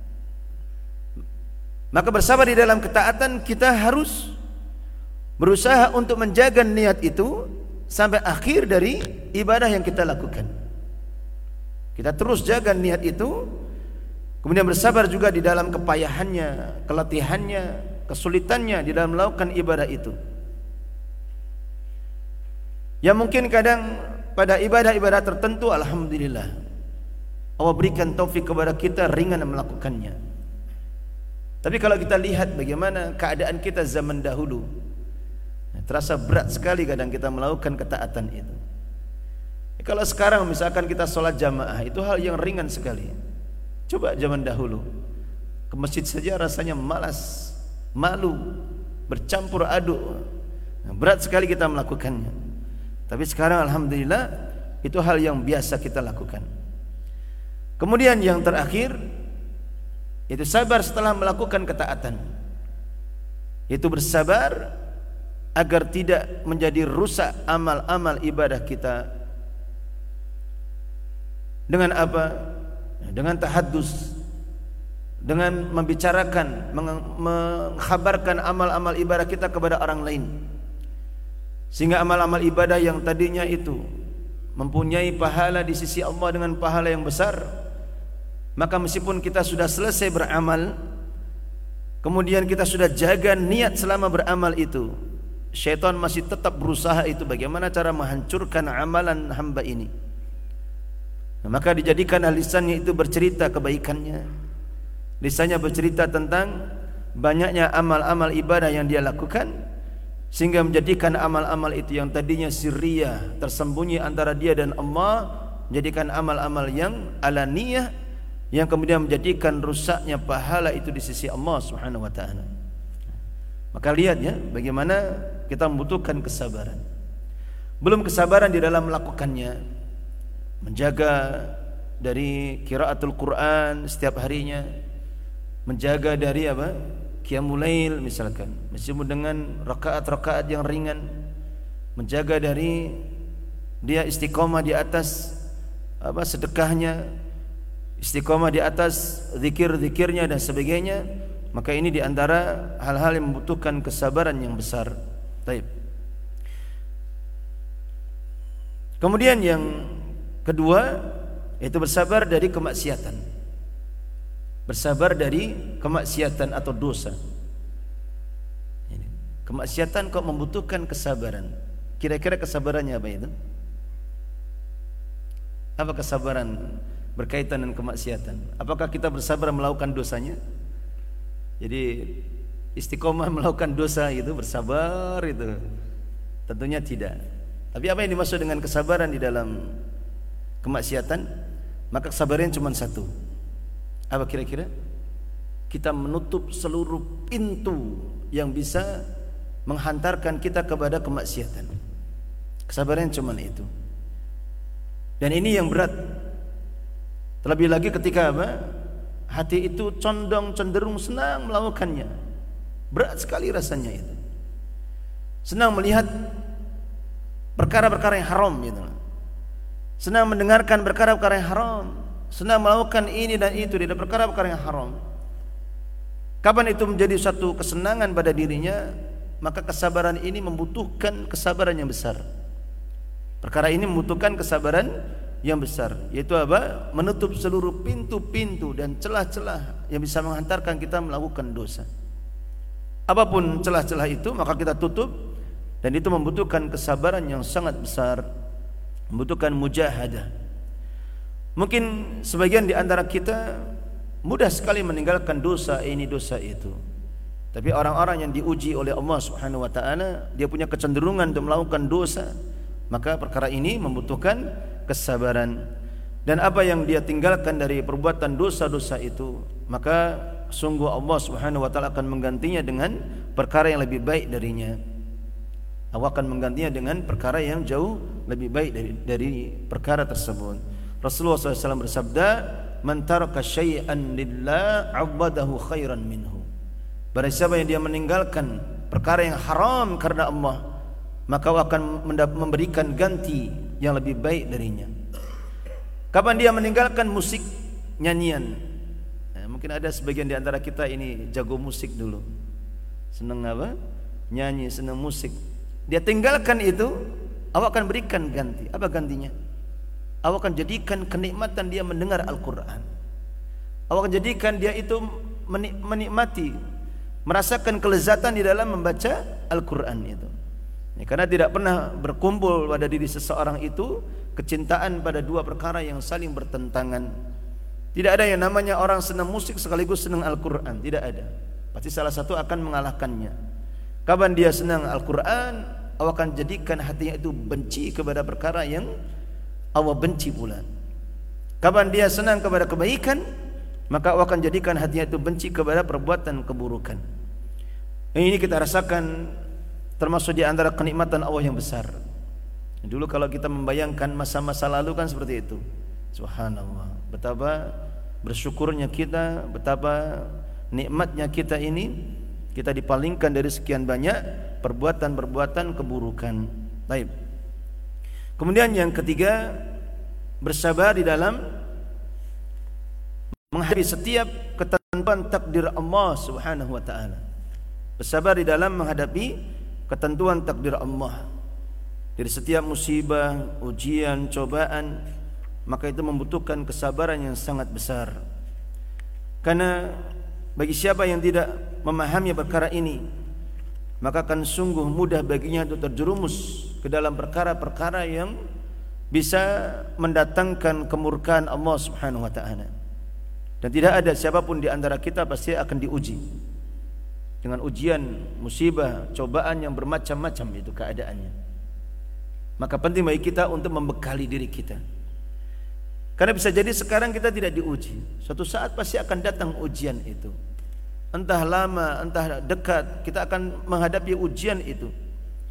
Maka bersabar di dalam ketaatan, kita harus berusaha untuk menjaga niat itu sampai akhir dari ibadah yang kita lakukan. Kita terus jaga niat itu, kemudian bersabar juga di dalam kepayahannya, keletihannya, kesulitannya di dalam melakukan ibadah itu. Ya mungkin kadang pada ibadah-ibadah tertentu, alhamdulillah, Allah berikan taufik kepada kita ringan melakukannya. Tapi kalau kita lihat bagaimana keadaan kita zaman dahulu, terasa berat sekali kadang kita melakukan ketaatan itu. Kalau sekarang misalkan kita sholat jamaah, itu hal yang ringan sekali. Coba zaman dahulu, ke masjid saja rasanya malas, malu, bercampur aduk, berat sekali kita melakukannya. Tapi sekarang alhamdulillah itu hal yang biasa kita lakukan. Kemudian yang terakhir, itu sabar setelah melakukan ketaatan. Itu bersabar agar tidak menjadi rusak amal-amal ibadah kita. Dengan apa? Dengan tahaddus, dengan membicarakan, mengkhabarkan amal-amal ibadah kita kepada orang lain, sehingga amal-amal ibadah yang tadinya itu mempunyai pahala di sisi Allah dengan pahala yang besar, maka meskipun kita sudah selesai beramal, kemudian kita sudah jaga niat selama beramal itu, syaitan masih tetap berusaha itu bagaimana cara menghancurkan amalan hamba ini. Nah, maka dijadikan lisannya itu bercerita kebaikannya, lisannya bercerita tentang banyaknya amal-amal ibadah yang dia lakukan, sehingga menjadikan amal-amal itu yang tadinya sirriyah, tersembunyi antara dia dan Allah, menjadikan amal-amal yang alaniyah, yang kemudian menjadikan rusaknya pahala itu di sisi Allah Subhanahu wa taala. Maka lihat ya bagaimana kita membutuhkan kesabaran. Belum kesabaran di dalam melakukannya, menjaga dari qiraatul Quran setiap harinya, menjaga dari apa? Qiyamul lail misalkan, meskipun dengan rakaat-rakaat yang ringan, menjaga dari dia istiqomah di atas apa sedekahnya, istiqomah di atas zikir-zikirnya dan sebagainya, maka ini di antara hal-hal yang membutuhkan kesabaran yang besar. Baik. Kemudian yang kedua yaitu bersabar dari kemaksiatan. Bersabar dari kemaksiatan atau dosa. Kemaksiatan kok membutuhkan kesabaran. Kira-kira kesabarannya apa itu? Apa kesabaran berkaitan dengan kemaksiatan? Apakah kita bersabar melakukan dosanya? Jadi istiqomah melakukan dosa itu bersabar itu? Tentunya tidak. Tapi apa yang dimaksud dengan kesabaran di dalam kemaksiatan? Maka kesabaran cuma satu. Apa kira-kira? Kita menutup seluruh pintu yang bisa menghantarkan kita kepada kemaksiatan. Kesabaran cuma itu. Dan ini yang berat. Terlebih lagi ketika apa? Hati itu condong cenderung senang melakukannya. Berat sekali rasanya itu. Senang melihat perkara-perkara yang haram gitu. Senang mendengarkan perkara-perkara yang haram. Senang melakukan ini dan itu di dalam perkara-perkara yang haram. Kapan itu menjadi satu kesenangan pada dirinya, maka kesabaran ini membutuhkan kesabaran yang besar. Perkara ini membutuhkan kesabaran yang besar, yaitu apa? Menutup seluruh pintu-pintu dan celah-celah yang bisa menghantarkan kita melakukan dosa. Apapun celah-celah itu, maka kita tutup, dan itu membutuhkan kesabaran yang sangat besar, membutuhkan mujahadah. Mungkin sebagian di antara kita mudah sekali meninggalkan dosa ini dosa itu. Tapi orang-orang yang diuji oleh Allah Subhanahu wa taala, dia punya kecenderungan untuk melakukan dosa, maka perkara ini membutuhkan kesabaran. Dan apa yang dia tinggalkan dari perbuatan dosa-dosa itu, maka sungguh Allah Subhanahu wa taala akan menggantinya dengan perkara yang lebih baik darinya. Allah akan menggantinya dengan perkara yang jauh lebih baik dari, dari perkara tersebut. Rasulullah shallallahu alaihi wasallam bersabda, "Man taraka syai'an lillah 'abbadahu khairan minhu." Barang siapa yang dia meninggalkan perkara yang haram karena Allah, maka Allah akan memberikan ganti yang lebih baik darinya. Kapan dia meninggalkan musik, nyanyian? Nah, mungkin ada sebagian di antara kita ini jago musik dulu, senang apa? Nyanyi, senang musik. Dia tinggalkan itu, Allah akan berikan ganti. Apa gantinya? Allah akan jadikan kenikmatan dia mendengar Al-Quran. Allah akan jadikan dia itu menikmati, merasakan kelezatan di dalam membaca Al-Quran itu. Ya, karena tidak pernah berkumpul pada diri seseorang itu kecintaan pada dua perkara yang saling bertentangan. Tidak ada yang namanya orang senang musik sekaligus senang Al-Quran. Tidak ada. Pasti salah satu akan mengalahkannya. Kapan dia senang Al-Quran, Allah akan jadikan hatinya itu benci kepada perkara yang Allah benci pula. Kapan dia senang kepada kebaikan, maka Allah akan jadikan hatinya itu benci kepada perbuatan keburukan. Ini kita rasakan termasuk di antara kenikmatan Allah yang besar. Dulu kalau kita membayangkan masa-masa lalu kan seperti itu. Subhanallah, betapa bersyukurnya kita, betapa nikmatnya kita ini, kita dipalingkan dari sekian banyak perbuatan-perbuatan keburukan. Baik. Kemudian yang ketiga, bersabar di dalam menghadapi setiap ketentuan takdir Allah Subhanahu wa taala. Bersabar di dalam menghadapi ketentuan takdir Allah. Dari setiap musibah, ujian, cobaan, maka itu membutuhkan kesabaran yang sangat besar. Karena bagi siapa yang tidak memahami perkara ini, maka akan sungguh mudah baginya untuk terjerumus ke dalam perkara-perkara yang bisa mendatangkan kemurkaan Allah Subhanahu wa taala. Dan tidak ada siapapun di antara kita pasti akan diuji dengan ujian, musibah, cobaan yang bermacam-macam itu keadaannya. Maka penting bagi kita untuk membekali diri kita. Karena bisa jadi sekarang kita tidak diuji, suatu saat pasti akan datang ujian itu. Entah lama, entah dekat, kita akan menghadapi ujian itu.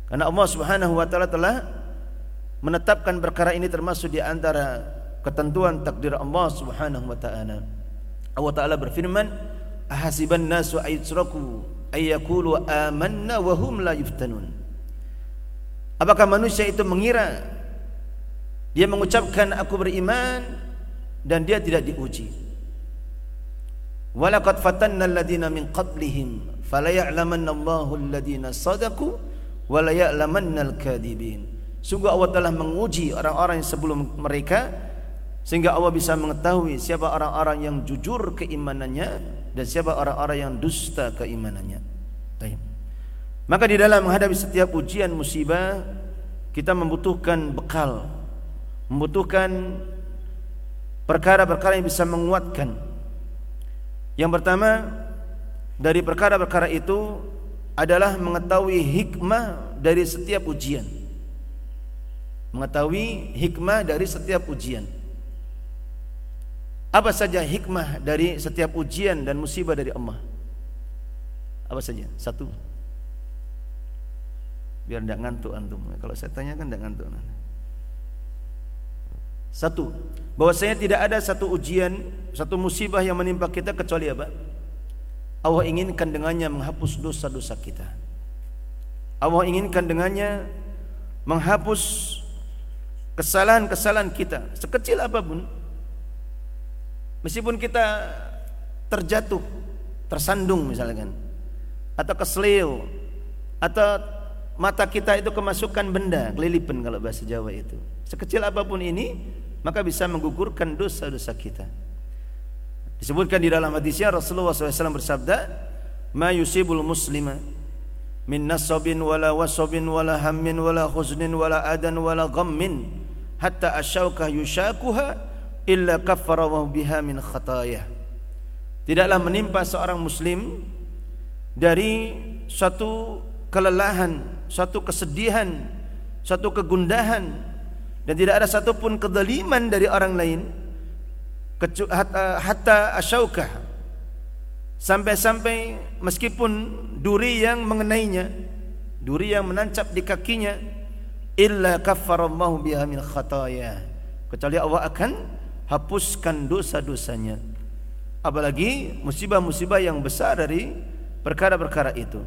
Karena Allah Subhanahu wa taala telah menetapkan perkara ini termasuk di antara ketentuan takdir Allah Subhanahu wa taala. Allah taala berfirman, "Ahasiban nasu ayyutraku ayyaqulu amanna wa hum la yuftanun." Apakah manusia itu mengira dia mengucapkan aku beriman dan dia tidak diuji? Walaqad fatanna alladhina min qablihim fala ya'lamanna Allahu alladhina sadaqu wa la ya'lamanna al-kadhibin. Sungguh Allah telah menguji orang-orang yang sebelum mereka sehingga Allah bisa mengetahui siapa orang-orang yang jujur keimanannya dan siapa orang-orang yang dusta keimanannya. Baik. Maka di dalam menghadapi setiap ujian musibah kita membutuhkan bekal, membutuhkan perkara-perkara yang bisa menguatkan. Yang pertama dari perkara-perkara itu adalah mengetahui hikmah dari setiap ujian. Mengetahui hikmah dari setiap ujian. Apa saja hikmah dari setiap ujian dan musibah dari Allah? Apa saja? Satu. Biar tidak ngantuk antum. Kalau saya tanya kan tidak ngantuk. Satu, bahwasanya tidak ada satu ujian, satu musibah yang menimpa kita kecuali apa? Allah inginkan dengannya menghapus dosa-dosa kita. Allah inginkan dengannya menghapus kesalahan-kesalahan kita, sekecil apapun. Meskipun kita terjatuh, tersandung misalkan, atau keselio, atau mata kita itu kemasukan benda, kelilipan kalau bahasa Jawa itu. Sekecil apapun ini, maka bisa menggugurkan dosa-dosa kita. Disebutkan di dalam hadisnya Rasulullah shallallahu alaihi wasallam bersabda, "Ma yusibul muslima min nasabin wala wasabin wala hammin wala khuznin wala adan wala ghammin hatta asyauka yushakuha illa kaffarahu biha min khatayah." Tidaklah menimpa seorang muslim dari suatu kelelahan, suatu kesedihan, suatu kegundahan, dan tidak ada satupun kezaliman dari orang lain hatta asyauka, sampai-sampai meskipun duri yang mengenainya, duri yang menancap di kakinya, illa kaffarallahu biha min khataya, kecuali Allah akan hapuskan dosa-dosanya. Apalagi musibah-musibah yang besar dari perkara-perkara itu.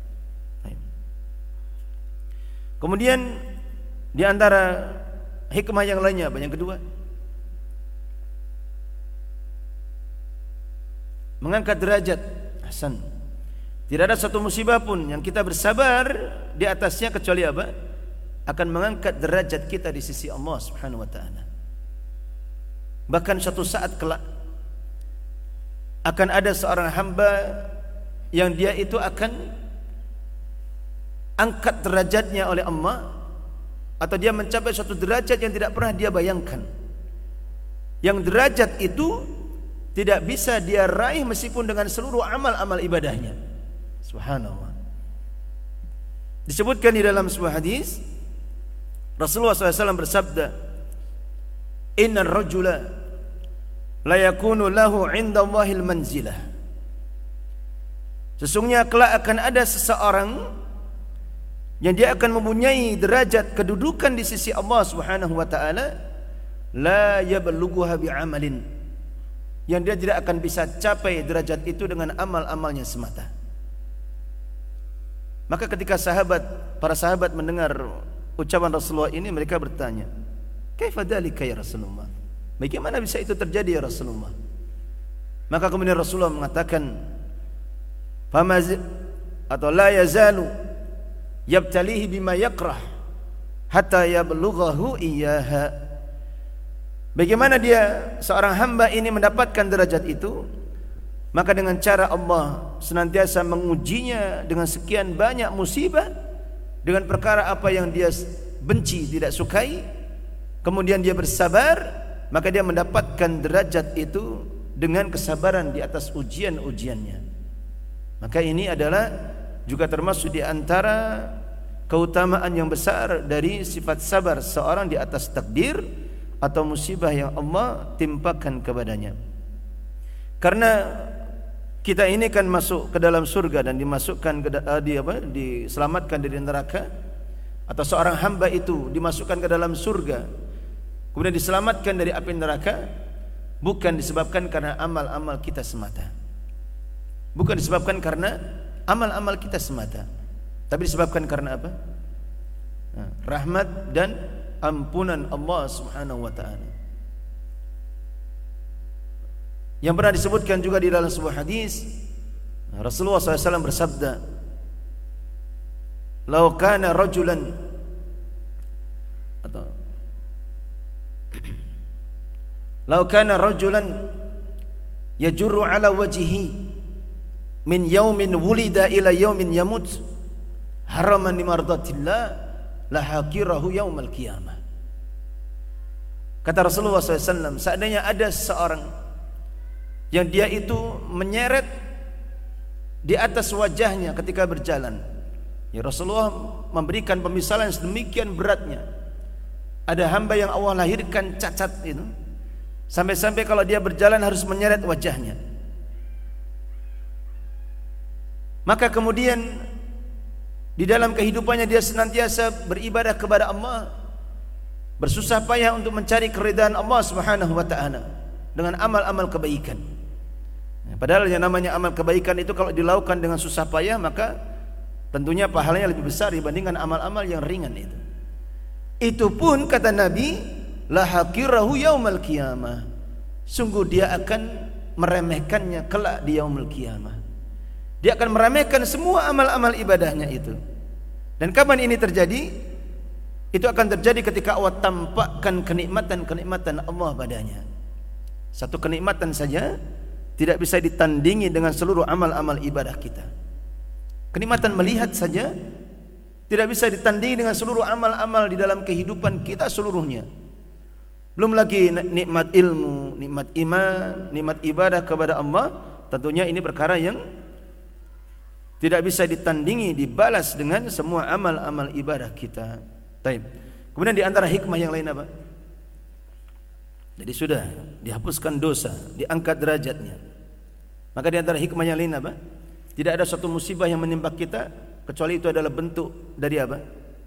Kemudian di antara hikmah yang lainnya apa? Yang kedua, mengangkat derajat. Hasan. Tidak ada satu musibah pun yang kita bersabar di atasnya kecuali apa? Akan mengangkat derajat kita di sisi Allah Subhanahu wa taala. Bahkan suatu saat kelak akan ada seorang hamba yang dia itu akan angkat derajatnya oleh Allah, atau dia mencapai suatu derajat yang tidak pernah dia bayangkan, yang derajat itu tidak bisa dia raih meskipun dengan seluruh amal-amal ibadahnya. Subhanallah. Disebutkan di dalam sebuah hadis Rasulullah shallallahu alaihi wasallam bersabda, "Innar rajula la yakunu lahu 'inda Allahil manzilah." Sesungguhnya kelak akan ada seseorang yang dia akan mempunyai derajat kedudukan di sisi Allah Subhanahu wa taala, la yablughuha bi'amalin, yang dia tidak akan bisa capai derajat itu dengan amal-amalnya semata. Maka ketika sahabat, para sahabat mendengar ucapan Rasulullah ini, mereka bertanya, "Kaifa dzalika ya Rasulullah?" Bagaimana bisa itu terjadi ya Rasulullah? Maka kemudian Rasulullah mengatakan, "Famaz atau la yazalu yabtalihi bima yakrah hatta yablughahu iyyaha." Bagaimana dia seorang hamba ini mendapatkan derajat itu? Maka dengan cara Allah senantiasa mengujinya dengan sekian banyak musibah, dengan perkara apa yang dia benci, tidak sukai, kemudian dia bersabar, maka dia mendapatkan derajat itu dengan kesabaran di atas ujian-ujiannya. Maka ini adalah juga termasuk di antara keutamaan yang besar dari sifat sabar seorang di atas takdir atau musibah yang Allah timpakan kepadanya. Karena kita ini kan masuk ke dalam surga dan dimasukkan ke uh, di apa? diselamatkan dari neraka atau seorang hamba itu dimasukkan ke dalam surga, kemudian diselamatkan dari api neraka, bukan disebabkan karena amal-amal kita semata. Bukan disebabkan karena amal-amal kita semata, tapi disebabkan karena apa? Nah, rahmat dan ampunan Allah Subhanahu wa taala. Yang pernah disebutkan juga di dalam sebuah hadis, Rasulullah shallallahu alaihi wasallam bersabda, "Lau kana rajulan," atau "Lau kana rajulan yajurru ala wajhihi min yaumin wulida ila yaumin yamut haraman limardatillah lahakirahu yaumal qiyamah." Kata Rasulullah shallallahu alaihi wasallam, seandainya ada seorang yang dia itu menyeret di atas wajahnya ketika berjalan, ya Rasulullah memberikan pemisalan sedemikian beratnya. Ada hamba yang Allah lahirkan cacat itu, sampai-sampai kalau dia berjalan harus menyeret wajahnya. Maka kemudian di dalam kehidupannya dia senantiasa beribadah kepada Allah, bersusah payah untuk mencari keridhaan Allah Subhanahu wa taala dengan amal-amal kebaikan. Padahal yang namanya amal kebaikan itu kalau dilakukan dengan susah payah, maka tentunya pahalanya lebih besar dibandingkan amal-amal yang ringan itu. Itu pun kata Nabi, lahakirahu yaumal qiyamah, sungguh dia akan meremehkannya kelak di yaumul qiyamah. Dia akan meremehkan semua amal-amal ibadahnya itu. Dan kapan ini terjadi? Itu akan terjadi ketika Allah tampakkan kenikmatan-kenikmatan Allah padanya. Satu kenikmatan saja tidak bisa ditandingi dengan seluruh amal-amal ibadah kita. Kenikmatan melihat saja tidak bisa ditandingi dengan seluruh amal-amal di dalam kehidupan kita seluruhnya. Belum lagi nikmat ilmu, nikmat iman, nikmat ibadah kepada Allah. Tentunya ini perkara yang tidak bisa ditandingi, dibalas dengan semua amal-amal ibadah kita. Taib. Kemudian di antara hikmah yang lain apa? Jadi sudah dihapuskan dosa, diangkat derajatnya. Maka di antara hikmah yang lain apa? Tidak ada suatu musibah yang menimpa kita kecuali itu adalah bentuk dari apa?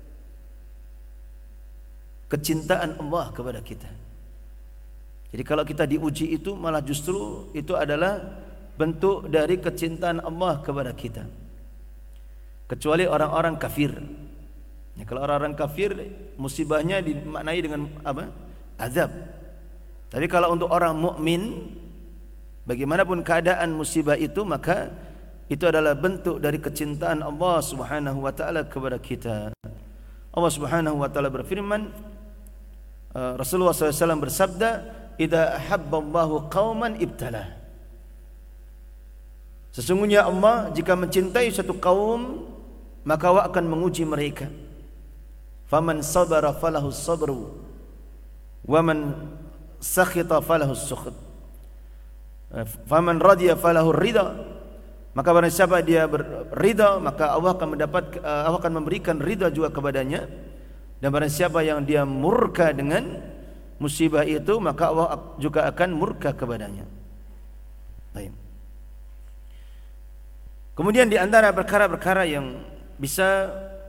Kecintaan Allah kepada kita. Jadi kalau kita diuji itu malah justru itu adalah bentuk dari kecintaan Allah kepada kita. Kecuali orang-orang kafir. Ya, kalau orang-orang kafir musibahnya dimaknai dengan apa? Azab. Tapi kalau untuk orang mukmin, bagaimanapun keadaan musibah itu, maka itu adalah bentuk dari kecintaan Allah Subhanahu wa taala kepada kita. Allah Subhanahu wa taala berfirman, Rasulullah shallallahu alaihi wasallam bersabda, "Idza ahabballahu qauman ibtalah." Sesungguhnya Allah jika mencintai satu kaum, maka Allah akan menguji mereka. Faman sabara falahu sabru, wa man sakhita falahu sukht, faman radiya falahu ridha. Maka barang siapa dia berridha, maka Allah akan mendapat Allah akan memberikan ridha juga kepadanya. Dan barang siapa yang dia murka dengan musibah itu, maka Allah juga akan murka kepadanya. Baik. Kemudian di antara perkara-perkara yang bisa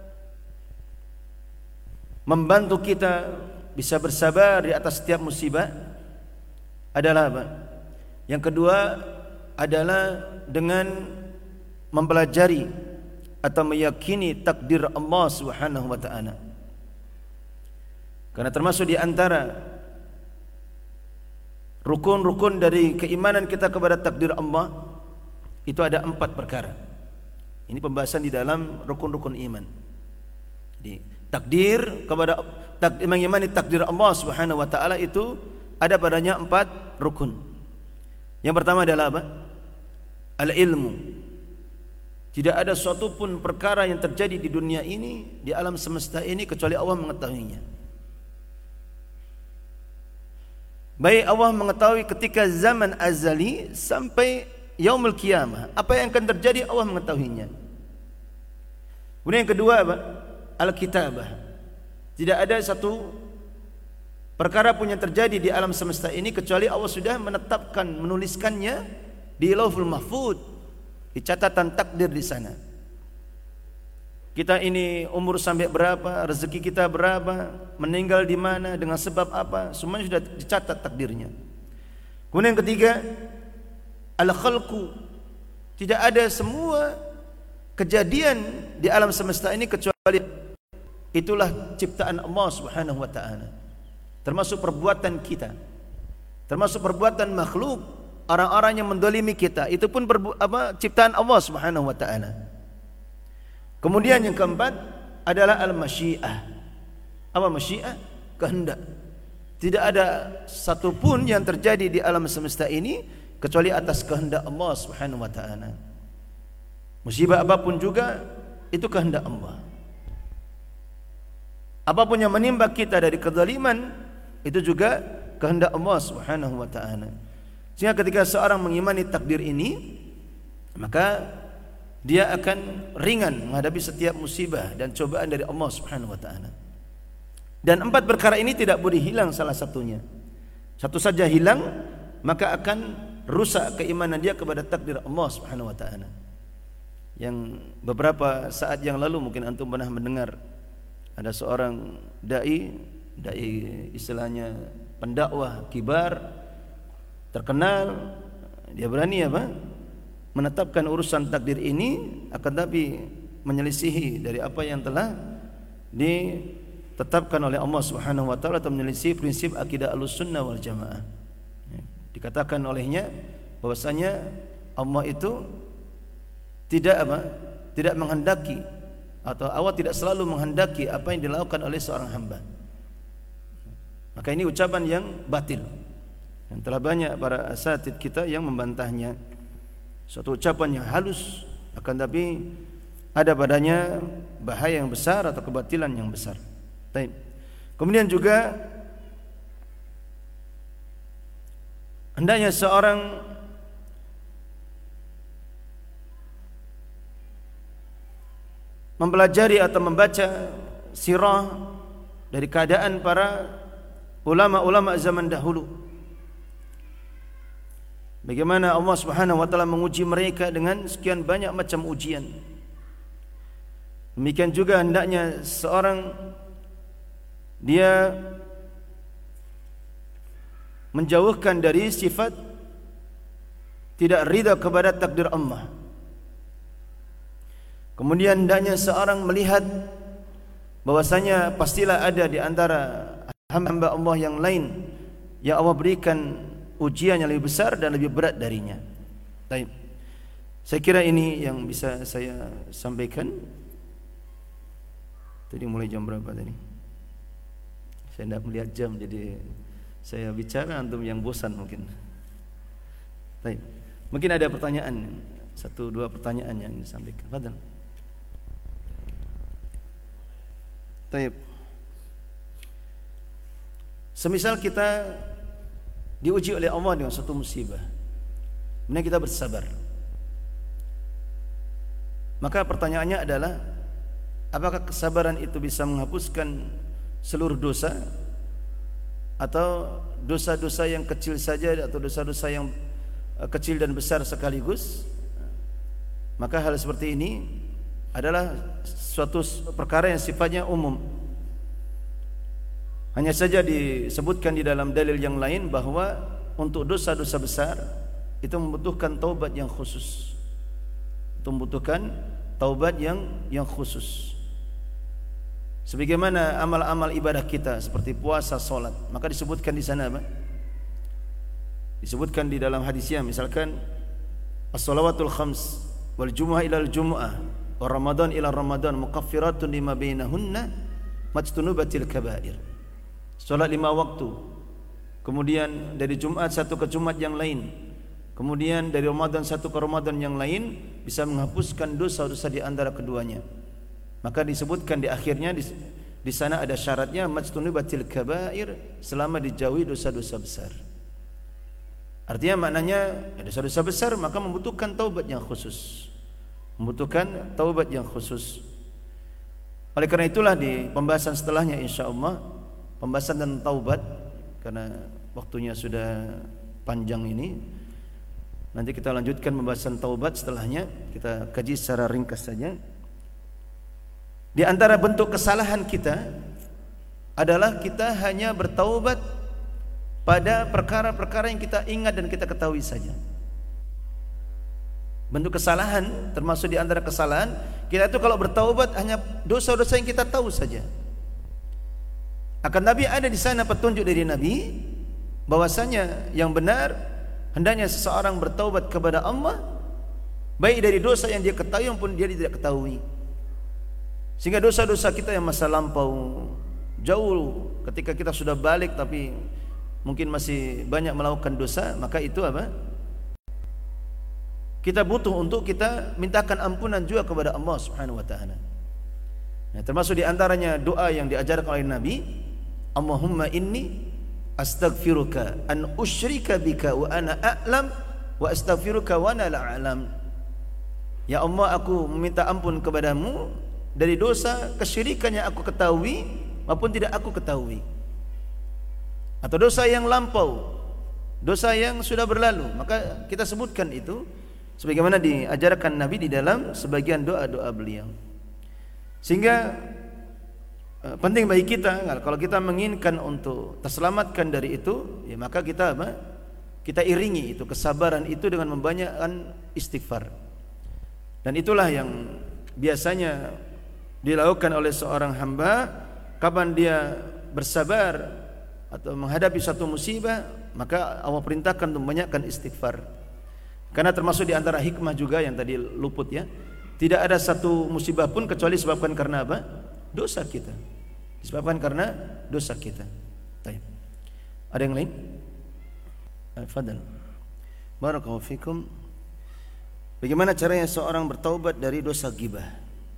membantu kita bisa bersabar di atas setiap musibah adalah apa? Yang kedua adalah dengan mempelajari atau meyakini takdir Allah Subhanahu wa taala. Karena termasuk di antara rukun-rukun dari keimanan kita kepada takdir Allah itu ada empat perkara. Ini pembahasan di dalam rukun-rukun iman. Jadi takdir kepada tak, mengimani takdir Allah Subhanahu wa taala itu ada padanya empat rukun. Yang pertama adalah apa? Al-ilmu. Tidak ada suatu pun perkara yang terjadi di dunia ini, di alam semesta ini, kecuali Allah mengetahuinya. Baik Allah mengetahui ketika zaman azali sampai yaumul qiyamah, apa yang akan terjadi Allah mengetahuinya. Kemudian yang kedua apa? Al-kitabah. Tidak ada satu perkara pun yang terjadi di alam semesta ini kecuali Allah sudah menetapkan, menuliskannya di Lauhul Mahfuz, di catatan takdir di sana. kita ini umur sampai berapa, rezeki kita berapa, meninggal di mana, dengan sebab apa, semuanya sudah dicatat takdirnya. Kemudian yang ketiga, al-khalqu, tidak ada semua kejadian di alam semesta ini kecuali itulah ciptaan Allah Subhanahu wa taala. Termasuk perbuatan kita, termasuk perbuatan makhluk, orang-orang yang mendolimi kita, itu pun perbu- apa, ciptaan Allah Subhanahu wa taala. Kemudian yang keempat adalah al-masyiah. Apa masyiah? Kehendak. Tidak ada satupun yang terjadi di alam semesta ini kecuali atas kehendak Allah Subhanahu wa taala. Musibah apapun juga itu kehendak Allah. Apapun yang menimpa kita dari kezaliman itu juga kehendak Allah Subhanahu wa taala. Sehingga ketika seorang mengimani takdir ini, maka dia akan ringan menghadapi setiap musibah dan cobaan dari Allah Subhanahu wa taala. Dan empat perkara ini tidak boleh hilang salah satunya. Satu saja hilang, maka akan rusak keimanan dia kepada takdir Allah Subhanahu wa taala. Yang beberapa saat yang lalu mungkin antum pernah mendengar ada seorang dai, dai istilahnya pendakwah kibar, terkenal, dia berani apa? menetapkan urusan takdir ini, akan tapi menyelisihi dari apa yang telah ditetapkan oleh Allah Subhanahu wa taala, atau menyelisihi prinsip akidah Ahlussunnah wal Jamaah. Dikatakan olehnya bahwasanya Allah itu tidak apa? tidak menghendaki, atau Allah tidak selalu menghendaki apa yang dilakukan oleh seorang hamba. Maka ini ucapan yang batil, yang telah banyak para asatidz kita yang membantahnya. Suatu ucapan yang halus, akan tapi ada padanya bahaya yang besar atau kebatilan yang besar. Baik. Kemudian juga hendaknya seorang mempelajari atau membaca sirah dari keadaan para ulama-ulama zaman dahulu. Bagaimana Allah Subhanahu wa taala menguji mereka dengan sekian banyak macam ujian. Demikian juga hendaknya seorang dia menjauhkan dari sifat tidak ridha kepada takdir Allah. Kemudian hendaknya seorang melihat bahwasanya pastilah ada di antara hamba Allah yang lain yang Allah berikan ujian yang lebih besar dan lebih berat darinya. Baik. Saya kira ini yang bisa saya sampaikan. Tadi mulai jam berapa tadi? Saya tidak melihat jam, jadi saya bicara antum yang bosan mungkin. Baik. Mungkin ada pertanyaan, satu dua pertanyaan yang disampaikan. Fadhal. Baik. Semisal kita diuji oleh Allah dengan suatu musibah, kemudian kita bersabar, maka pertanyaannya adalah, apakah kesabaran itu bisa menghapuskan seluruh dosa, atau dosa-dosa yang kecil saja, atau dosa-dosa yang kecil dan besar sekaligus? Maka hal seperti ini adalah suatu perkara yang sifatnya umum. Hanya saja disebutkan di dalam dalil yang lain bahwa untuk dosa-dosa besar itu membutuhkan taubat yang khusus. Itu membutuhkan taubat yang yang khusus. Sebagaimana amal-amal ibadah kita seperti puasa, salat, maka disebutkan di sana apa? Disebutkan di dalam hadisnya, misalkan as-salawatul khams wal jumu'ah ilal jumu'ah wa ramadan ila ramadan mukaffiratun lima bainahunna majtunubatil kaba'ir. Salat lima waktu, kemudian dari Jumat satu ke Jumat yang lain, kemudian dari Ramadan satu ke Ramadan yang lain, bisa menghapuskan dosa-dosa di antara keduanya. Maka disebutkan di akhirnya di, di sana ada syaratnya majtunubatil kaba'ir, selama dijauhi dosa-dosa besar. Artinya maknanya dosa-dosa besar maka membutuhkan taubat yang khusus, membutuhkan taubat yang khusus. Oleh karena itulah di pembahasan setelahnya insyaallah, pembahasan tentang taubat, karena waktunya sudah panjang ini, nanti kita lanjutkan pembahasan taubat setelahnya. Kita kaji secara ringkas saja. Di antara bentuk kesalahan kita adalah kita hanya bertaubat pada perkara-perkara yang kita ingat dan kita ketahui saja. Bentuk kesalahan termasuk di antara kesalahan kita itu kalau bertaubat hanya dosa-dosa yang kita tahu saja. Akan Nabi ada di sana petunjuk dari Nabi bahwasanya yang benar hendaknya seseorang bertaubat kepada Allah baik dari dosa yang dia ketahui maupun dia tidak ketahui. Sehingga dosa-dosa kita yang masa lampau jauh ketika kita sudah balik tapi mungkin masih banyak melakukan dosa, maka itu apa? Kita butuh untuk kita mintakan ampunan juga kepada Allah Subhanahu wa taala. Nah, termasuk di antaranya doa yang diajarkan oleh Nabi, Allahumma inni astaghfiruka an usyrika bika wa ana a'lam wa astaghfiruka wa ana la a'lam. Ya Allah, aku meminta ampun kepadamu dari dosa kesyirikan yang aku ketahui maupun tidak aku ketahui, atau dosa yang lampau, dosa yang sudah berlalu. Maka kita sebutkan itu sebagaimana diajarkan Nabi di dalam sebagian doa-doa beliau. Sehingga penting bagi kita kalau kita menginginkan untuk terselamatkan dari itu, ya maka kita apa? Kita iringi itu kesabaran itu dengan membanyakkan istighfar. Dan itulah yang biasanya dilakukan oleh seorang hamba kapan dia bersabar atau menghadapi satu musibah, maka Allah perintahkan untuk membanyakkan istighfar. Karena termasuk di antara hikmah juga yang tadi luput ya, tidak ada satu musibah pun kecuali disebabkan karena apa? Dosa kita. Disebabkan karena dosa kita. Baik. Ada yang lain? Fadal. Barakallahu fikum. Bagaimana caranya seorang bertaubat dari dosa ghibah?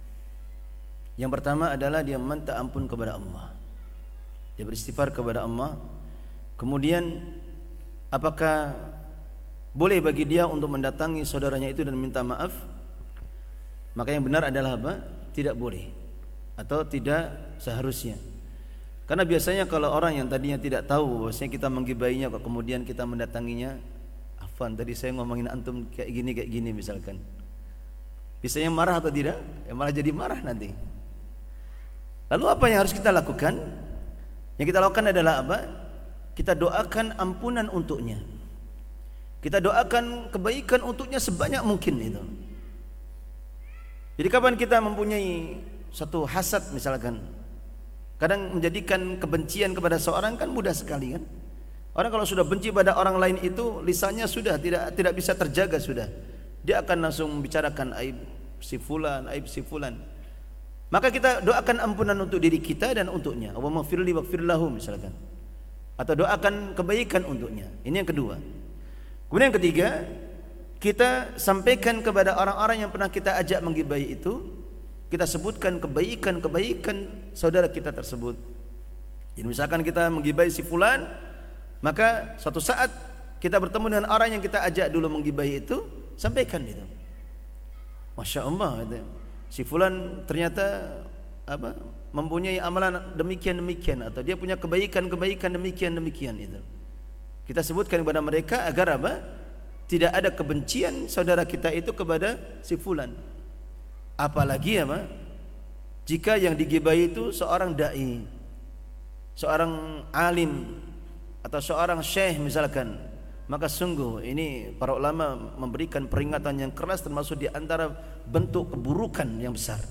Yang pertama adalah dia meminta ampun kepada Allah. Dia beristighfar kepada Allah. Kemudian apakah boleh bagi dia untuk mendatangi saudaranya itu dan minta maaf? Maka yang benar adalah apa? Tidak boleh atau tidak seharusnya. Karena biasanya kalau orang yang tadinya tidak tahu bahwasanya kita menggibainya kok kemudian kita mendatanginya, afwan tadi saya ngomongin antum kayak gini kayak gini misalkan. Biasanya marah atau tidak? Ya malah jadi marah nanti. Lalu apa yang harus kita lakukan? Yang kita lakukan adalah apa? Kita doakan ampunan untuknya. Kita doakan kebaikan untuknya sebanyak mungkin itu. Jadi kapan kita mempunyai satu hasad misalkan, kadang menjadikan kebencian kepada seorang kan mudah sekali kan. Orang kalau sudah benci pada orang lain itu lisannya sudah tidak tidak bisa terjaga sudah. Dia akan langsung membicarakan aib si fulan, aib si fulan. Maka kita doakan ampunan untuk diri kita dan untuknya. Allahumma firli waghfir lahu misalkan. Atau doakan kebaikan untuknya. Ini yang kedua. Kemudian yang ketiga, kita sampaikan kepada orang-orang yang pernah kita ajak menggibahi itu, kita sebutkan kebaikan-kebaikan saudara kita tersebut. Jadi misalkan kita menggibahi si fulan, maka suatu saat kita bertemu dengan orang yang kita ajak dulu menggibahi itu, sampaikan itu. Masya Allah, itu. Si fulan ternyata apa? Mempunyai amalan demikian-demikian, atau dia punya kebaikan-kebaikan demikian-demikian itu. Kita sebutkan kepada mereka agar apa? Tidak ada kebencian saudara kita itu kepada si fulan. Apalagi apa? Jika yang digibahi itu seorang dai, seorang alim atau seorang syekh misalkan, maka sungguh ini para ulama memberikan peringatan yang keras, termasuk di antara bentuk keburukan yang besar.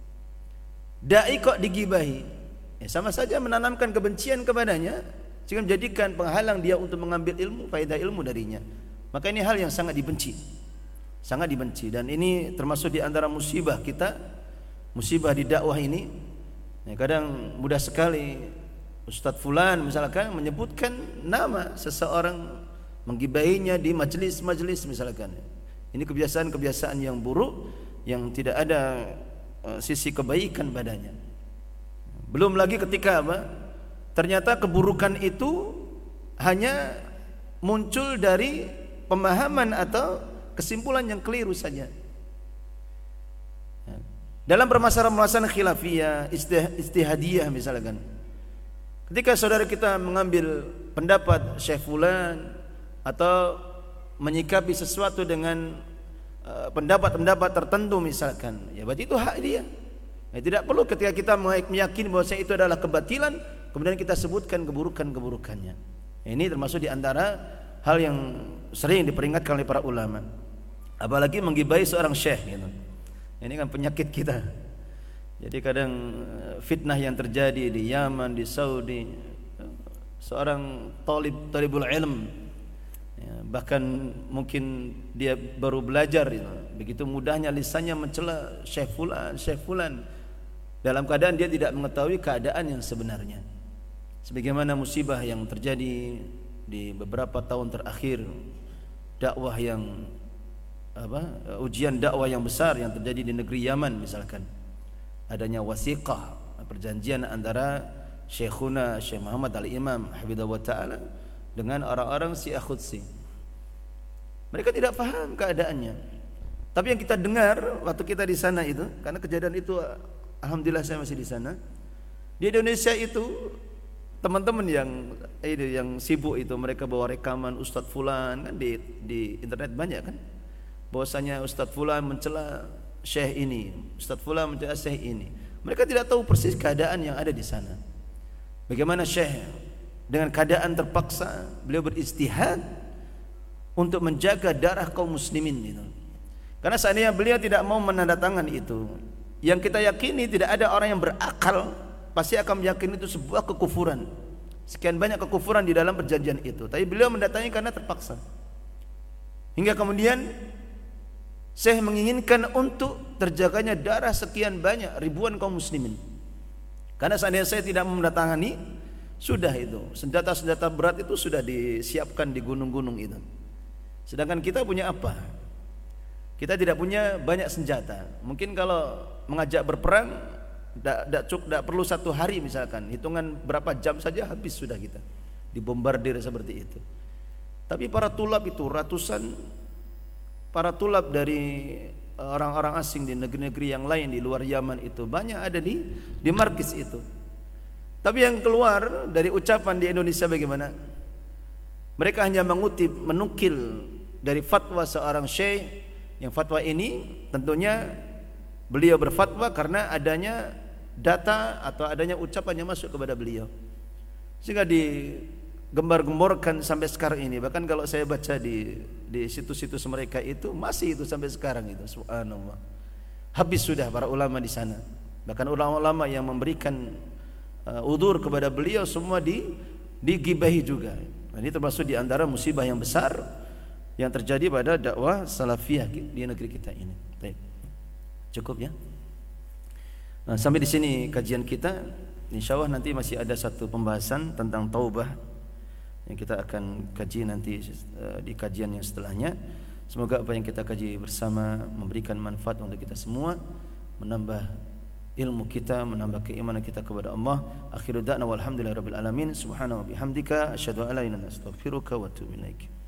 Dai kok digibahi? Ya, sama saja menanamkan kebencian kepadanya, sehingga menjadikan penghalang dia untuk mengambil ilmu, faedah ilmu darinya. Maka ini hal yang sangat dibenci, sangat dibenci. Dan ini termasuk di antara musibah kita, musibah di dakwah ini. Ya, kadang mudah sekali Ustadz Fulan misalkan menyebutkan nama seseorang, menggibahinya di majelis-majelis misalkan. Ini kebiasaan-kebiasaan yang buruk, yang tidak ada uh, sisi kebaikan padanya. Belum lagi ketika apa? Ternyata keburukan itu hanya muncul dari pemahaman atau kesimpulan yang keliru saja. Dalam permasalahan-permasalahan khilafiyah, istihadiyah misalkan, ketika saudara kita mengambil pendapat Syekh Fulan atau menyikapi sesuatu dengan pendapat-pendapat tertentu misalkan, ya berarti itu hak dia. Nah, tidak perlu ketika kita meyakini bahwa itu adalah kebatilan, kemudian kita sebutkan keburukan-keburukannya. Ini termasuk di antara hal yang sering diperingatkan oleh para ulama. Apalagi menggibahi seorang syekh gitu. Ini kan penyakit kita. Jadi kadang fitnah yang terjadi di Yaman, di Saudi, seorang talib talibul ilm, ya, bahkan mungkin dia baru belajar gitu. Begitu mudahnya lisannya mencela syekh fulan, syekh fulan, dalam keadaan dia tidak mengetahui keadaan yang sebenarnya. Sebagaimana musibah yang terjadi di beberapa tahun terakhir, dakwah yang apa, ujian dakwah yang besar yang terjadi di negeri Yaman misalkan, adanya wasiqah, perjanjian antara Syekhuna Syekh Muhammad Al-Imam hafidhahu ta'ala dengan orang-orang Syiah Qudsi. Mereka tidak paham keadaannya. Tapi yang kita dengar waktu kita di sana itu, karena kejadian itu alhamdulillah saya masih di sana. Di Indonesia itu teman-teman yang itu yang sibuk itu, mereka bawa rekaman Ustadz Fulan kan di di internet banyak kan. Bahwasanya Ustadz Fulan mencela syekh ini, Ustadz Fulan mencela syekh ini. Mereka tidak tahu persis keadaan yang ada di sana. Bagaimana syekh dengan keadaan terpaksa beliau beristihad untuk menjaga darah kaum muslimin itu. Karena seandainya beliau tidak mau menandatangani itu, yang kita yakini tidak ada orang yang berakal pasti akan meyakini itu sebuah kekufuran. Sekian banyak kekufuran di dalam perjanjian itu, tapi beliau mendatangi karena terpaksa. Hingga kemudian Syekh menginginkan untuk terjaganya darah sekian banyak ribuan kaum muslimin. Karena seandainya saya tidak mendatangani, sudah itu senjata-senjata berat itu sudah disiapkan di gunung-gunung itu. Sedangkan kita punya apa? Kita tidak punya banyak senjata. Mungkin kalau mengajak berperang tidak tidak perlu satu hari misalkan, hitungan berapa jam saja habis sudah kita dibombardir seperti itu. Tapi para tulab itu ratusan para tulab dari orang-orang asing di negeri-negeri yang lain di luar Yaman itu banyak ada di di markis itu. Tapi yang keluar dari ucapan di Indonesia bagaimana? Mereka hanya mengutip, menukil dari fatwa seorang syekh, yang fatwa ini tentunya beliau berfatwa karena adanya data atau adanya ucapan yang masuk kepada beliau, sehingga di gembar-gemborkan sampai sekarang ini. Bahkan kalau saya baca di di situs-situs mereka itu masih itu sampai sekarang itu, subhanallah. Habis sudah para ulama di sana. Bahkan ulama-ulama yang memberikan uh, udzur kepada beliau semua di digibahi juga. Nah, ini termasuk di antara musibah yang besar yang terjadi pada dakwah salafiyah di negeri kita ini. Baik. Cukup ya. Nah, sampai di sini kajian kita. Insyaallah nanti masih ada satu pembahasan tentang taubah yang kita akan kaji nanti uh, di kajian yang setelahnya. Semoga apa yang kita kaji bersama memberikan manfaat untuk kita semua, menambah ilmu kita, menambah keimanan kita kepada Allah. Akhiru da'na walhamdulillahirabbil alamin. Subhanallahi wa bihamdika asyhadu an la ilaha illa anta astaghfiruka wa atubu ilaik.